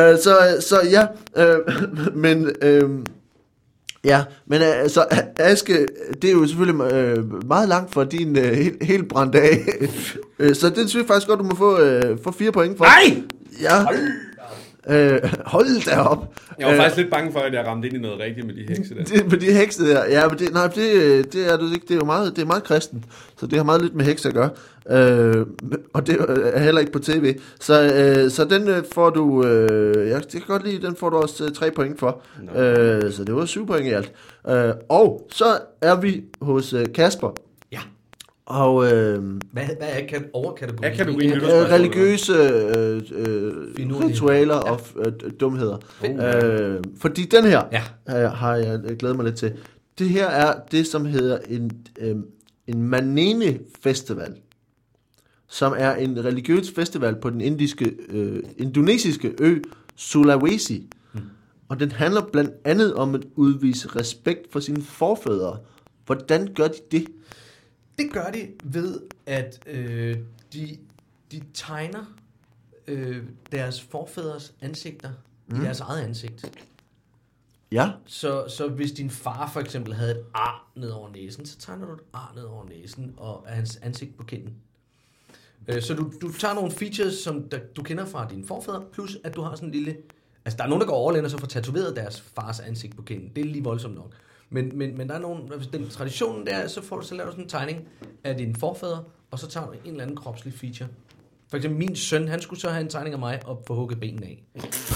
Men Aske, det er jo selvfølgelig meget langt fra din helt brændt af. Så det synes jeg faktisk godt, du må få 4 point for. Nej! Ja. Hold da op. Jeg var faktisk lidt bange for, at jeg ramte ind i noget rigtigt med de hekse der. Med de hekse der, ja, men det er du ikke. Det er jo meget kristent, så det har meget lidt med hekse at gøre. Og det er heller ikke på tv. Så den får du, jeg kan godt lide, den får du også 3 point for. Så det var 7 point i alt. Og så er vi hos Kasper. Ja. Og hvad er overkategorien? Religiøse ritualer og dumheder. Fordi den her har jeg glædet mig lidt til. Det her er det, som hedder en Manene Festival, som er en religiøs festival på den indonesiske ø Sulawesi. Og den handler blandt andet om at udvise respekt for sine forfædre. Hvordan gør de det? Det gør de ved, at de tegner deres forfædres ansigter i deres eget ansigt. Ja. Så hvis din far for eksempel havde et ar ned over næsen, så tegner du et ar ned over næsen og hans ansigt på kinden. Så du tager nogle features, som du kender fra dine forfædre, plus at du har sådan en lille... Altså der er nogen, der går overlænd og så får tatoveret deres fars ansigt på kinden. Det er lige voldsomt nok. Men der er nogen, den traditionen der, så laver du sådan en tegning af dine forfædre, og så tager du en eller anden kropslig feature. For eksempel min søn, han skulle så have en tegning af mig og få hugget benene af.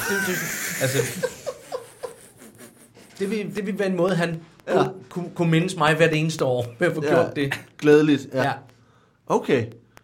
Det vil være en måde, han kunne mindes mig hvert eneste år med at få gjort det. Glædeligt, ja. Okay.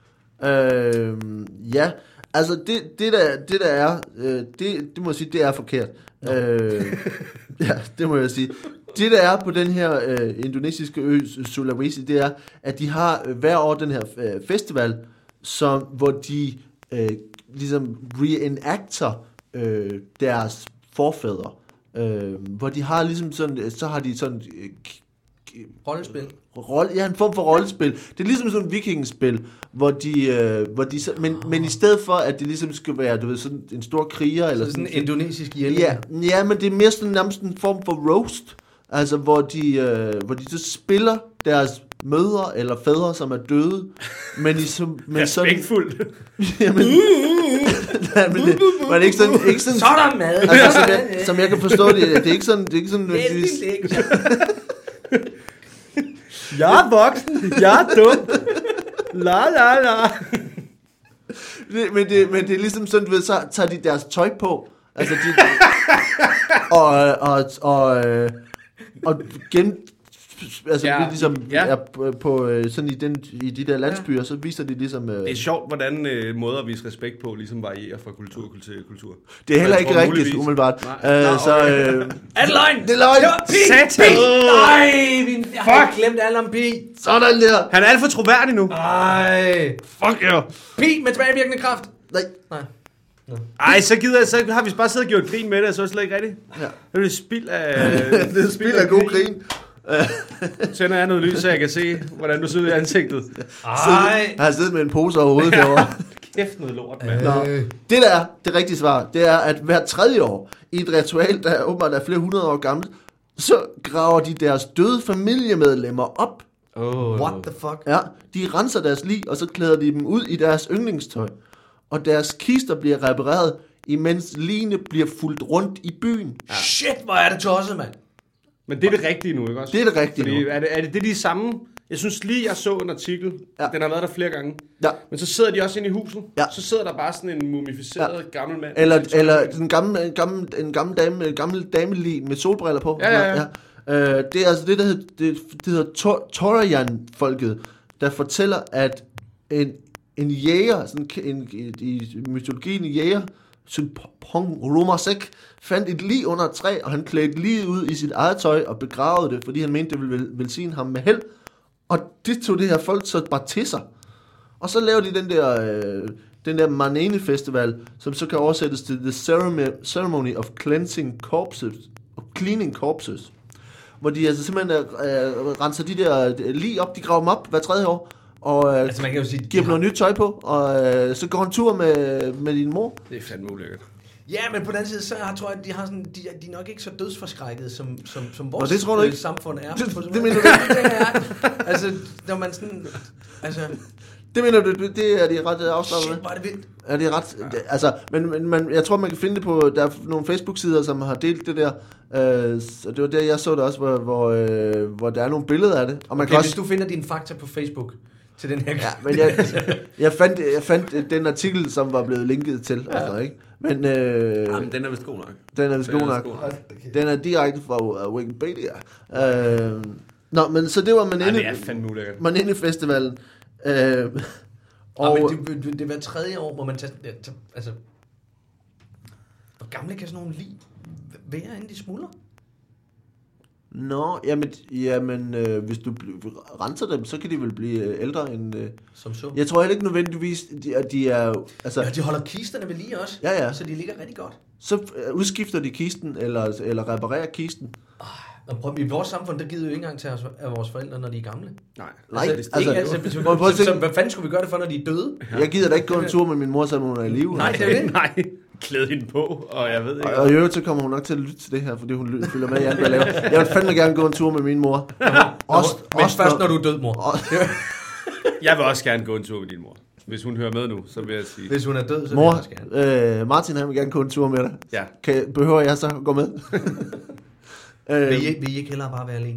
Ja, altså det der er, det må jeg sige, det er forkert. Ja, det må jeg sige. Det der er på den her indonesiske ø Sulawesi, det er, at de har hver år den her festival, hvor de ligesom reenacter deres forfædre. Hvor de har ligesom sådan, så har de sådan Rollespil. En form for rollespil. Det er ligesom sådan et vikingespil, hvor men i stedet for, at det ligesom skal være, du ved, sådan en stor kriger, eller sådan en indonesisk hjælp. Ja, men det er mere sådan nærmest en form for roast, altså hvor de så spiller deres mødre eller fædre, som er døde, men respektfuldt. Jamen, men ikke sådan så er der mad. Altså, som jeg kan forstå det er ikke sådan jeg er voksen, jeg er dum. La. Men det er ligesom sådan, du ved, så tager de deres tøj på, altså er på sådan i de der landsbyer, så viser de ligesom. Det er sjovt, hvordan måder at vise respekt på ligesom varierer fra kultur til kultur. Det er heller ikke rigtigt umiddelbart. Er det løgn? Det er løgn. Satan! Nej, jeg har glemt alt om Pi. Sådan der. Han er alt for troværdig nu. Nej. Fuck yeah. Pi med tilbagevirkende kraft. Nej. Ej, så har vi bare siddet og gjort grin med det, og så er det slet ikke rigtigt. Ja. Det er spild af god grin. Tænder jeg noget lys, så jeg kan se, hvordan du sidder i ansigtet. Jeg har siddet med en pose over hovedet derovre. Kæft noget lort, mand. Det der er det rigtige svar, det er, at hver 3. år, i et ritual, der åbenbart er flere 100 år gammelt, så graver de deres døde familiemedlemmer op. What the fuck? Ja, de renser deres lig, og så klæder de dem ud i deres yndlingstøj. Og deres kister bliver repareret, imens ligene bliver fuldt rundt i byen. Ja. Shit, hvor er det tosset, mand. Men det er det rigtige nu, ikke også? Det er det rigtige nu. Er det de samme? Jeg synes lige, jeg så en artikel. Ja. Den har været der flere gange. Ja. Men så sidder de også inde i huset. Ja. Så sidder der bare sådan en mumificeret gammel mand. Eller en gammel damelig med solbriller på. Ja. Det er altså det hedder Torajan-folket, der fortæller, at en jæger, sådan i mytologien jæger, Pong Romasek, fandt et lig under et træ, og han klædte liget ud i sit eget tøj og begravede det, fordi han mente, det ville velsigne ham med held. Og det tog det her folk så bare til sig. Og så lavede de den der Manene Festival, som så kan oversættes til The Ceremony of Cleaning Corpses. Hvor de altså simpelthen renser de der lig op, de graver dem op hver 3. år, og altså, man kan jo sige, giver dem noget nyt tøj på, og så går en tur med din mor. Det er fandme ulækkert. Ja, men på den anden side, så tror jeg, at de har sådan, de er nok ikke så dødsforskrækket, som vores det tror du ikke? Samfund er. Det mener du ikke? Altså, når man sådan... Altså, det mener du, det er de ret afslappet med? Shit, hvor er det vildt. Er det ret... Altså, men jeg tror, man kan finde det på... Der er nogle Facebook-sider, som har delt det der. Så det var der, jeg så det også, hvor der er nogle billeder af det. Og man okay, kan også... hvis du finder dine fakta på Facebook til den her... Ja, men jeg fandt den artikel, som var blevet linket til. Ja. Altså, ikke? Men jamen, den er vist god nok. Den er vist god nok. Den er direkte fra Wikipedia. Nå, men så det var det er fandme ulækkert. Manene Festivalen. Og men det var 3. år, hvor man tager... Altså, hvor gamle kan sådan nogle lig være, inden de smuldrer? Nå, jamen hvis du renser dem, så kan de vel blive ældre end... Som så. Jeg tror heller ikke nødvendigvis, at de er... Altså, ja, de holder kisterne ved lige også, ja. så de ligger rigtig godt. Så udskifter de kisten, eller reparerer kisten. I vores samfund, der gider jo ikke engang til af vores forældre, når de er gamle. Nej. Så hvad fanden skulle vi gøre det for, når de er døde? Ja. Jeg gider da ikke gå en tur med min mor, selvom hun er i live. Nej, det er det. Nej. Klæd hende på, og jeg ved ikke... Og i øvrigt, så kommer hun nok til at lytte til det her, fordi hun følger med i alt, hvad jeg laver. Jeg vil fandme gerne gå en tur med min mor. Men først, når du er død, mor. Jeg vil også gerne gå en tur med din mor. Hvis hun hører med nu, så vil jeg sige... Hvis hun er død, så mor, vil jeg også gerne. Martin, han vil gerne gå en tur med dig. Ja. Behøver jeg så gå med? Vil I ikke hellere bare være alene?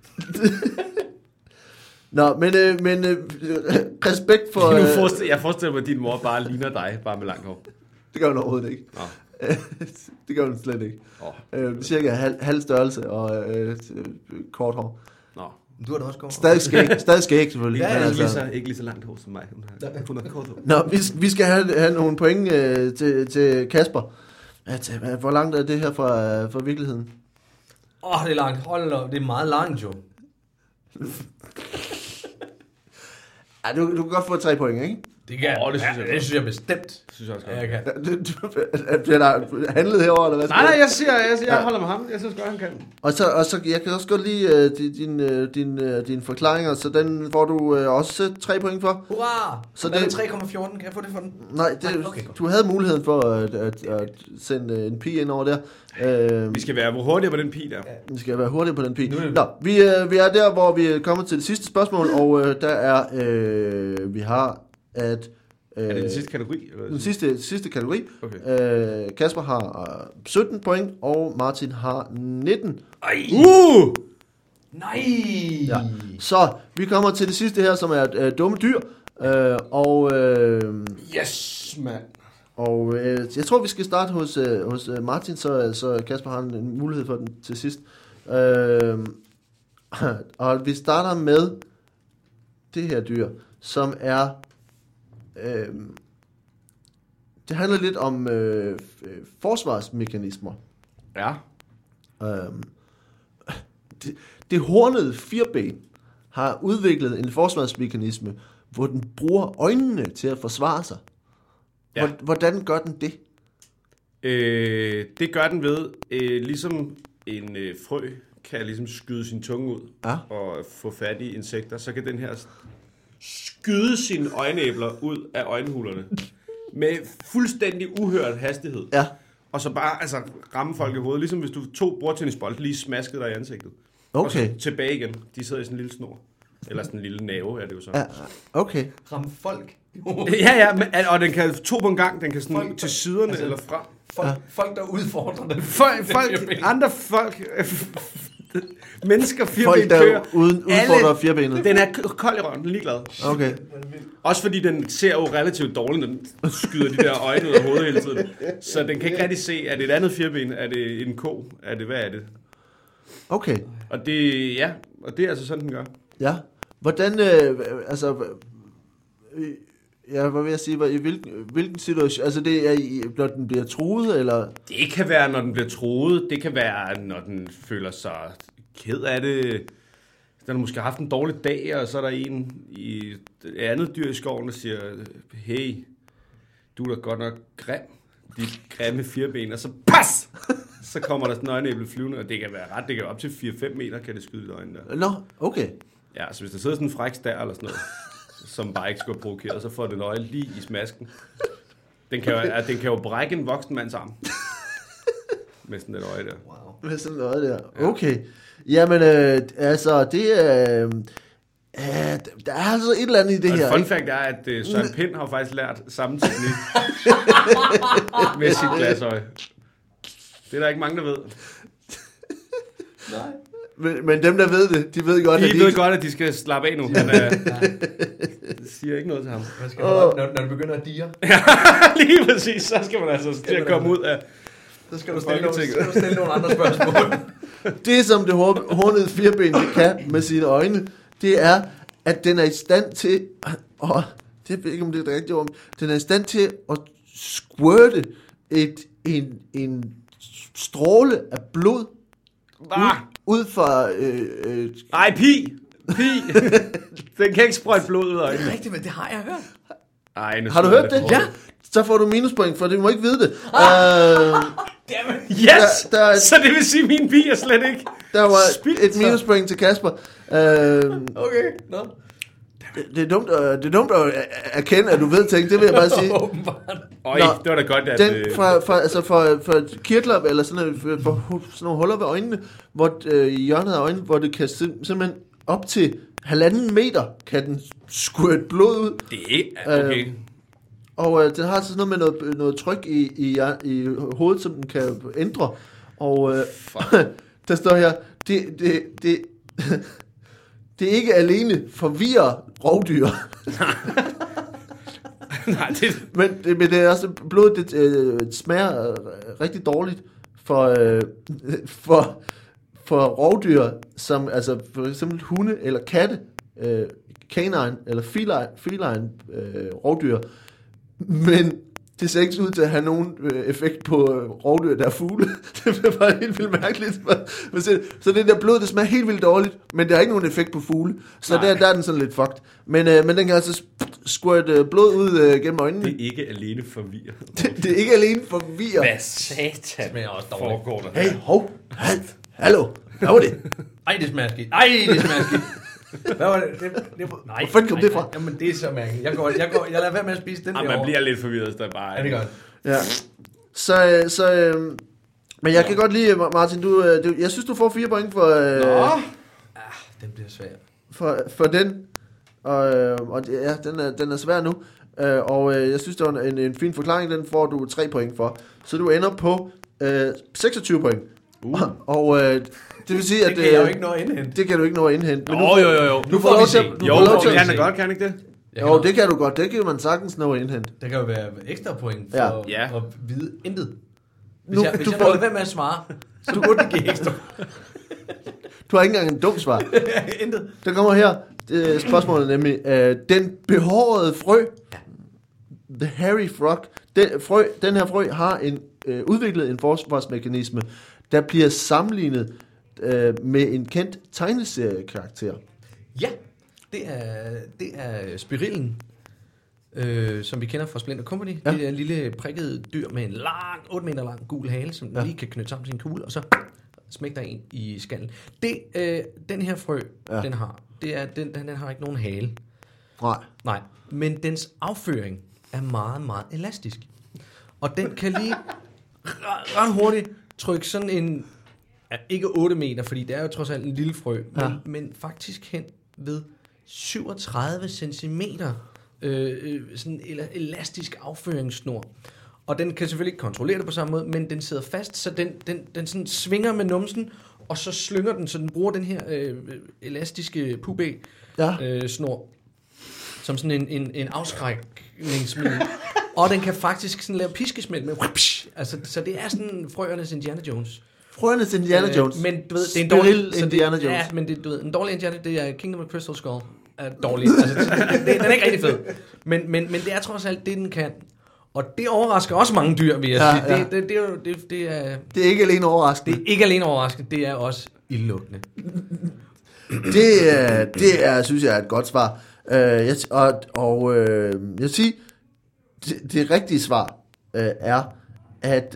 Nå, men respekt for... Jeg forestiller mig, at din mor bare ligner dig, bare med langt hår. Det gør hun overhovedet ikke. Det gør hun slet ikke. Cirka halv størrelse og kort hår. Nå. Du har da også kort. Stadig skæg selvfølgelig. Ja, ikke lige så langt hår som mig. Hun har kort hår. Nå, vi skal have nogle point til Kasper. Hvor langt er det her fra virkeligheden? Det er langt. Hold op, det er meget langt jo. Du kan godt få 3 point, ikke? Det kan det synes jeg. Det synes jeg bestemt. Det synes jeg også Ja, jeg kan. Bliver der handlet herovre, eller hvad? Nej, jeg holder med ham. Jeg synes godt, han kan. Og så jeg kan også godt lide dine forklaringer, så den får du også 3 point for. Hurra! Så det er 3,14. Kan jeg få det for den? Nej, okay, du havde muligheden for at sende en pige ind over der. Vi skal være hurtigere på den pige der. Vi skal være hurtigere på den pige. Nå, vi er der, hvor vi er kommet til det sidste spørgsmål, og der er, vi har at... Er det den sidste kategori? Eller? Den sidste kategori. Okay. Kasper har 17 point, og Martin har 19. Nej! Ja. Så vi kommer til det sidste her, som er dumme dyr. Yes, mand. Og jeg tror, vi skal starte hos Martin, så Kasper har en mulighed for den til sidst. Og vi starter med det her dyr, som er... det handler lidt om forsvarsmekanismer. Ja. Det hornede firben har udviklet en forsvarsmekanisme, hvor den bruger øjnene til at forsvare sig. Ja. Hvordan gør den det? Det gør den ved, ligesom en frø kan ligesom skyde sin tunge ud og få fat i insekter, så kan den her skyde sine øjenæbler ud af øjenhulerne med fuldstændig uhørt hastighed. Ja. Og så bare ramme folk i hovedet, ligesom hvis du tog bordtennisbold lige smaskede dig i ansigtet. Okay. Og så tilbage igen. De sidder i sådan en lille snor. Eller sådan en lille nave, er det jo så. Ja, okay. Ramme folk. Ja, men, og den kan 2 på en gang. Den kan sådan folk, til siderne eller frem. Folk, der udfordrer den. Andre folk... Mennesker, folk, der udfordrer firbenet. Den er kold i røven, den er ligeglad. Okay. Også fordi den ser jo relativt dårligt, når den skyder de der øjne ud af hovedet hele tiden. Så den kan ikke rigtig se, er det et andet firben, er det en ko, hvad er det? Okay. Og det er altså sådan, den gør. Ja. Hvordan, hvad vil jeg sige, i hvilken situation, altså det er, når den bliver truet, eller? Det kan være, når den bliver truet, det kan være, når den føler sig ked af det. Den har måske haft en dårlig dag, og så er der en i et andet dyr i skoven, der siger, hey, du er da godt nok grim, dit grimme firben, og så pas! Så kommer der sådan en øjenæble flyvende, og det kan være ret, det kan være op til 4-5 meter, kan det skyde i øjnene der. Nå, okay. Ja, så hvis der sidder sådan en fræk stær eller sådan noget, som bare ikke skulle have provokeret, så får den øje lige i smasken. Den kan jo brække en voksen mands arm. Med sådan et øje der. Wow. Med sådan et øje der. Okay. Jamen, det er... der er altså et eller andet i det og her. Og fun fact er, at Søren Pind har faktisk lært samme teknik med sit glasøje. Det er der ikke mange, der ved. Nej. Men dem, der ved det, de ved godt, de ved godt, at de skal slappe af nu. Det siger ikke noget til ham. Man skal når det begynder at dire. Lige præcis, så skal man altså til at komme ud af... Så skal du stille nogle andre spørgsmål. Det, som det hornede firben kan med sine øjne, det er, at den er i stand til... Og det ved ikke, om det er rigtigt ord. Den er i stand til at squirte en stråle af blod ud fra... Ej, pi! Den kan ikke sprøjte blod ud af øjnene. Det er rigtigt, men det har jeg hørt. Ej, har du hørt det? Ja. Så får du minuspoint, for du må ikke vide det. Yes! Så det vil sige, at min pi er slet ikke... Der var et minuspoint til Kasper. Okay, nå. Det er dumt at erkende, at du ved ting, det vil jeg bare sige. Øj, det var da godt, at... Den fra kirtler, eller sådan nogle huller ved øjnene, hvor i hjørnet af øjnene, hvor det kan simpelthen op til 1,5 meter, kan den squirte blod ud. Det er okay. Og den har sådan noget med noget tryk i hovedet, som den kan ændre. Og der står her, det er ikke alene forvirrer rovdyr. Nej, men det er også blodet, det smager rigtig dårligt for rovdyr, som altså for eksempel hunde eller katte, canine eller feline rovdyr. Men det ser ikke ud til at have nogen effekt på rovdyr, der er fugle. Det er bare helt vildt mærkeligt. Så det der blod, det smager helt vildt dårligt, men der er ikke nogen effekt på fugle. Så der er den sådan lidt fucked. Men den kan altså squirt blod ud gennem øjnene. Det er ikke alene forvirret. Det er ikke alene forvirret. Hvad satan smager også dårligt. foregår der? Hey, hov, hallo, hvad var det? Ej, det smager skidt. Ej, det smager skidt. Hvad var det? Nej, Hvor fanden kom det fra? Jamen, det er så mærkeligt. Jeg lader være med at spise den Man derovre. bliver lidt forvirret, hvis der bare Ja, det er godt. Ja. Så men jeg kan godt lide, Martin, jeg synes, du får 4 point for, Den bliver svær. for den. Og ja, den er svær nu. Og jeg synes, det var en fin forklaring. Den får du 3 point for. Så du ender på 26 point. Og det vil sige, at... Det kan jeg jo ikke nå at indhente. Det kan du ikke nå at indhente. Men Jo. Nu får vi se. Kan det godt, kan ikke det? Jo, det kan du godt. Det kan man sagtens nå at indhente. Der kan jo være ekstra point for Ja. at vide intet. Nu, Hvis jeg holder ved med at svare, så burde det give ekstra. Du har ikke engang en dum svar. Intet. Der kommer her spørgsmålet nemlig. Den behårede frø, the hairy frog, den her frø har udviklet en forsvarsmekanisme, der bliver sammenlignet med en kendt tegneseriekarakter. Ja, det er spirillen, som vi kender fra Splinter Company. Ja. Det er en lille prikket dyr med en lang, 8 meter lang gul hale, som lige kan knytte sammen til en kugle, og så smækker der en i skallen. Den her frø, den har, den har ikke nogen hale. Nej, men dens afføring er meget, meget elastisk. Og den kan lige ret hurtigt trykke sådan en, ikke 8 meter, fordi det er jo trods alt en lille frø, men faktisk hen ved 37 centimeter sådan en elastisk afføringssnor. Og den kan selvfølgelig ikke kontrollere det på samme måde, men den sidder fast, så den sådan svinger med numsen, og så slynger den, så den bruger den her elastiske snor som sådan en afskrækningsmiddel. Og den kan faktisk sådan lave piskesmæld med, altså, så det er sådan frøernes Indiana Jones. Frøernes Indiana Jones. Men du ved, det er en dårlig Indiana Jones. Ja, men det, du ved, en dårlig Indiana, det er Kingdom of Crystal Skull. Er dårlig. Altså, den er ikke rigtig fed. Men det er trods alt det, den kan. Og det overrasker også mange dyr, vil jeg sige. Ja. Det er ikke alene overraskende. Det er ikke alene overraskende, det er også ildlukkende. Det synes jeg er et godt svar. Jeg vil sige, det rigtige svar er, at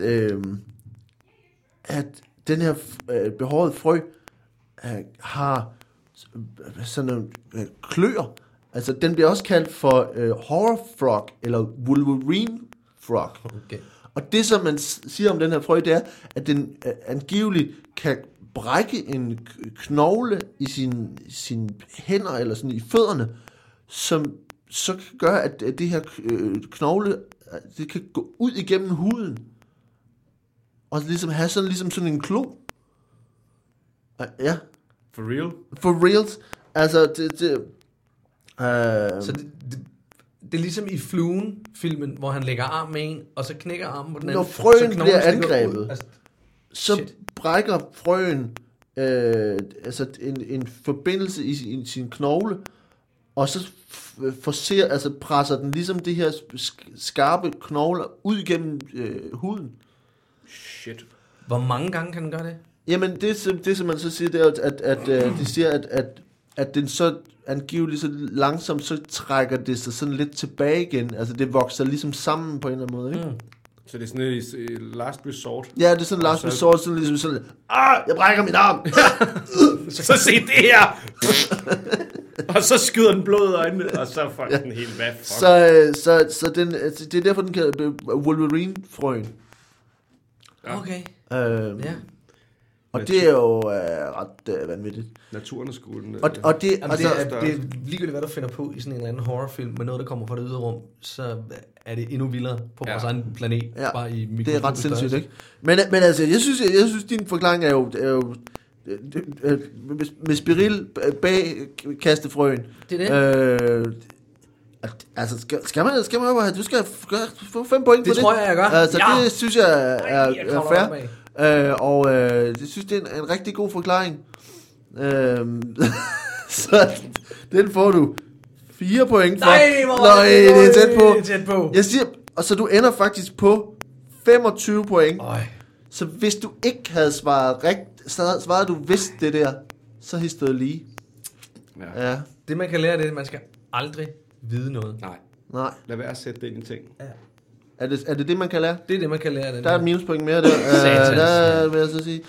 den her behårede frø har sådan nogle kløer. Altså, den bliver også kaldt for horror frog, eller Wolverine frog. Okay. Og det, som man siger om den her frø, det er, at den angiveligt kan brække en knogle i sine hænder, eller sådan i fødderne, som så kan gøre, at det her knogle, det kan gå ud igennem huden, og ligesom have sådan en klo. Ja. For real? For reals. Altså, Så det er ligesom i Fluen-filmen, hvor han lægger arm med en, og så knækker armen på den anden. Når frøen bliver angrebet, altså, så brækker frøen altså en forbindelse i sin knogle, og så presser den ligesom det her skarpe knogler ud igennem huden. Shit. Hvor mange gange kan den gøre det? Jamen, det som man så siger, det er, at de siger, at den så angiveligt så langsomt, så trækker det sig sådan lidt tilbage igen. Altså, det vokser ligesom sammen på en eller anden måde, ikke? Så det er sådan et last resort? Ja, det er sådan last resort, sådan ligesom sådan, jeg brækker min arm! så se det her! Og så skyder den blod i øjnene, og så får den helt hvad fuck. Så den, det er derfor, den kalder Wolverine-frøen. Okay. Ja. Og det er jo ret vanvittigt. Naturen er skolen. Og det, altså, det er ligegyldigt, hvad du finder på i sådan en eller anden horrorfilm med noget, der kommer fra det ydre rum, så er det endnu vildere på vores egen planet. Ja, bare i det er ret sindssygt, ikke? Men altså, jeg synes din forklaring er jo med spiril bag kastefrøen. Det er det. Altså, skal man jo have, du skal få 5 point for det. Det tror jeg gør. Altså, det synes jeg er fair. Det synes, det er en rigtig god forklaring. Så den får du 4 point for. Nej, det er tæt på. Jeg siger, og så du ender faktisk på 25 point. Øj. Så hvis du ikke havde svaret rigtigt, svarede du vidste det der, så histede lige. Ja. Det man kan lære, det er, at man skal aldrig vide noget. Nej. Lad være at sætte det ind i ting. Ja. Er det det, man kan lære? Det er det, man kan lære af den Der er et minuspoint mere der. Der vil jeg så sige.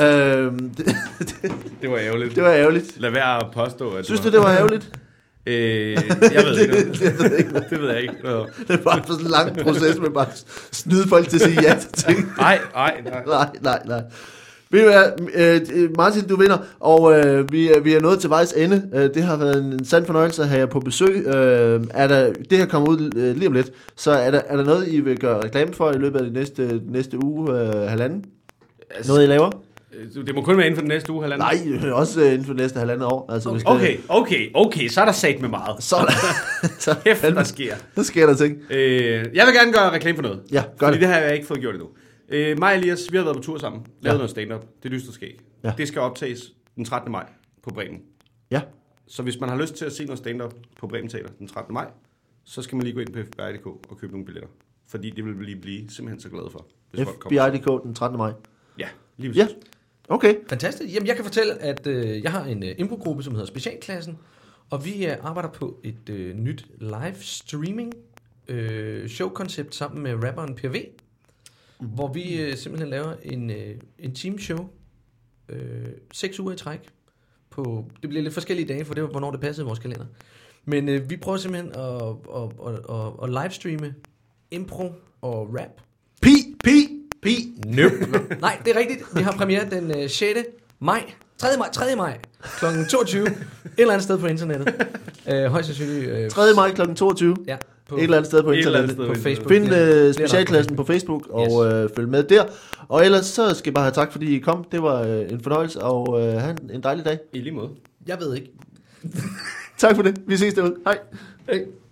Det var ærgerligt. Det var ærgerligt. Lad være at påstå, at Synes du, det var ærgerligt? Jeg ved ikke. Det ved jeg ikke. Det er bare sådan en lang proces med bare snyde folk til at sige ja til ting. Nej. Nej. Ved du hvad, Martin, du vinder, og vi er nået til vejs ende. Det har været en sand fornøjelse at have jer på besøg. Det her kommer ud lige om lidt, så er der noget, I vil gøre reklame for i løbet af de næste uge, halvanden? Altså, noget, I laver? Det må kun være inden for den næste uge, halvanden? Nej, også inden for det næste halvandet år. Altså, Okay, så er der sat med meget. Så Hæft, der sker. Der sker der ting. Jeg vil gerne gøre reklame for noget. Ja, gør fordi det. det har jeg ikke fået gjort endnu. Mig og Elias, vi har været på tur sammen. Lavet noget stand-up. Det er dystert skæg. Ja. Det skal optages den 13. maj på Bremen. Ja. Så hvis man har lyst til at se noget stand-up på Bremen Teater den 13. maj, så skal man lige gå ind på FBI.dk og købe nogle billetter. Fordi det vil vi blive simpelthen så glade for. Hvis folk kommer. FBI.dk den 13. maj. Ja, lige præcis. Ja, okay. Fantastisk. Jamen, jeg kan fortælle, at jeg har en improgruppe, som hedder Specialklassen, og vi arbejder på et nyt live streaming showkoncept sammen med rapperen PV, hvor vi simpelthen laver en teamshow 6 uger i træk. Det bliver lidt forskellige dage, for det var, hvornår det passede i vores kalender. Men vi prøver simpelthen at livestreame impro og rap. Nope. Nej, det er rigtigt. Vi har premiere den 6. maj. 3. maj kl. 22. Et eller andet sted på internettet. Højst sandsynligt. 3. maj kl. 22. Ja. Et eller andet sted på internettet. På Facebook. Find specialklassen på Facebook og følg med der. Og ellers så skal jeg bare have tak, fordi I kom. Det var en fornøjelse, og have en dejlig dag. I lige måde. Jeg ved ikke. Tak for det. Vi ses derude. Hej. Hej.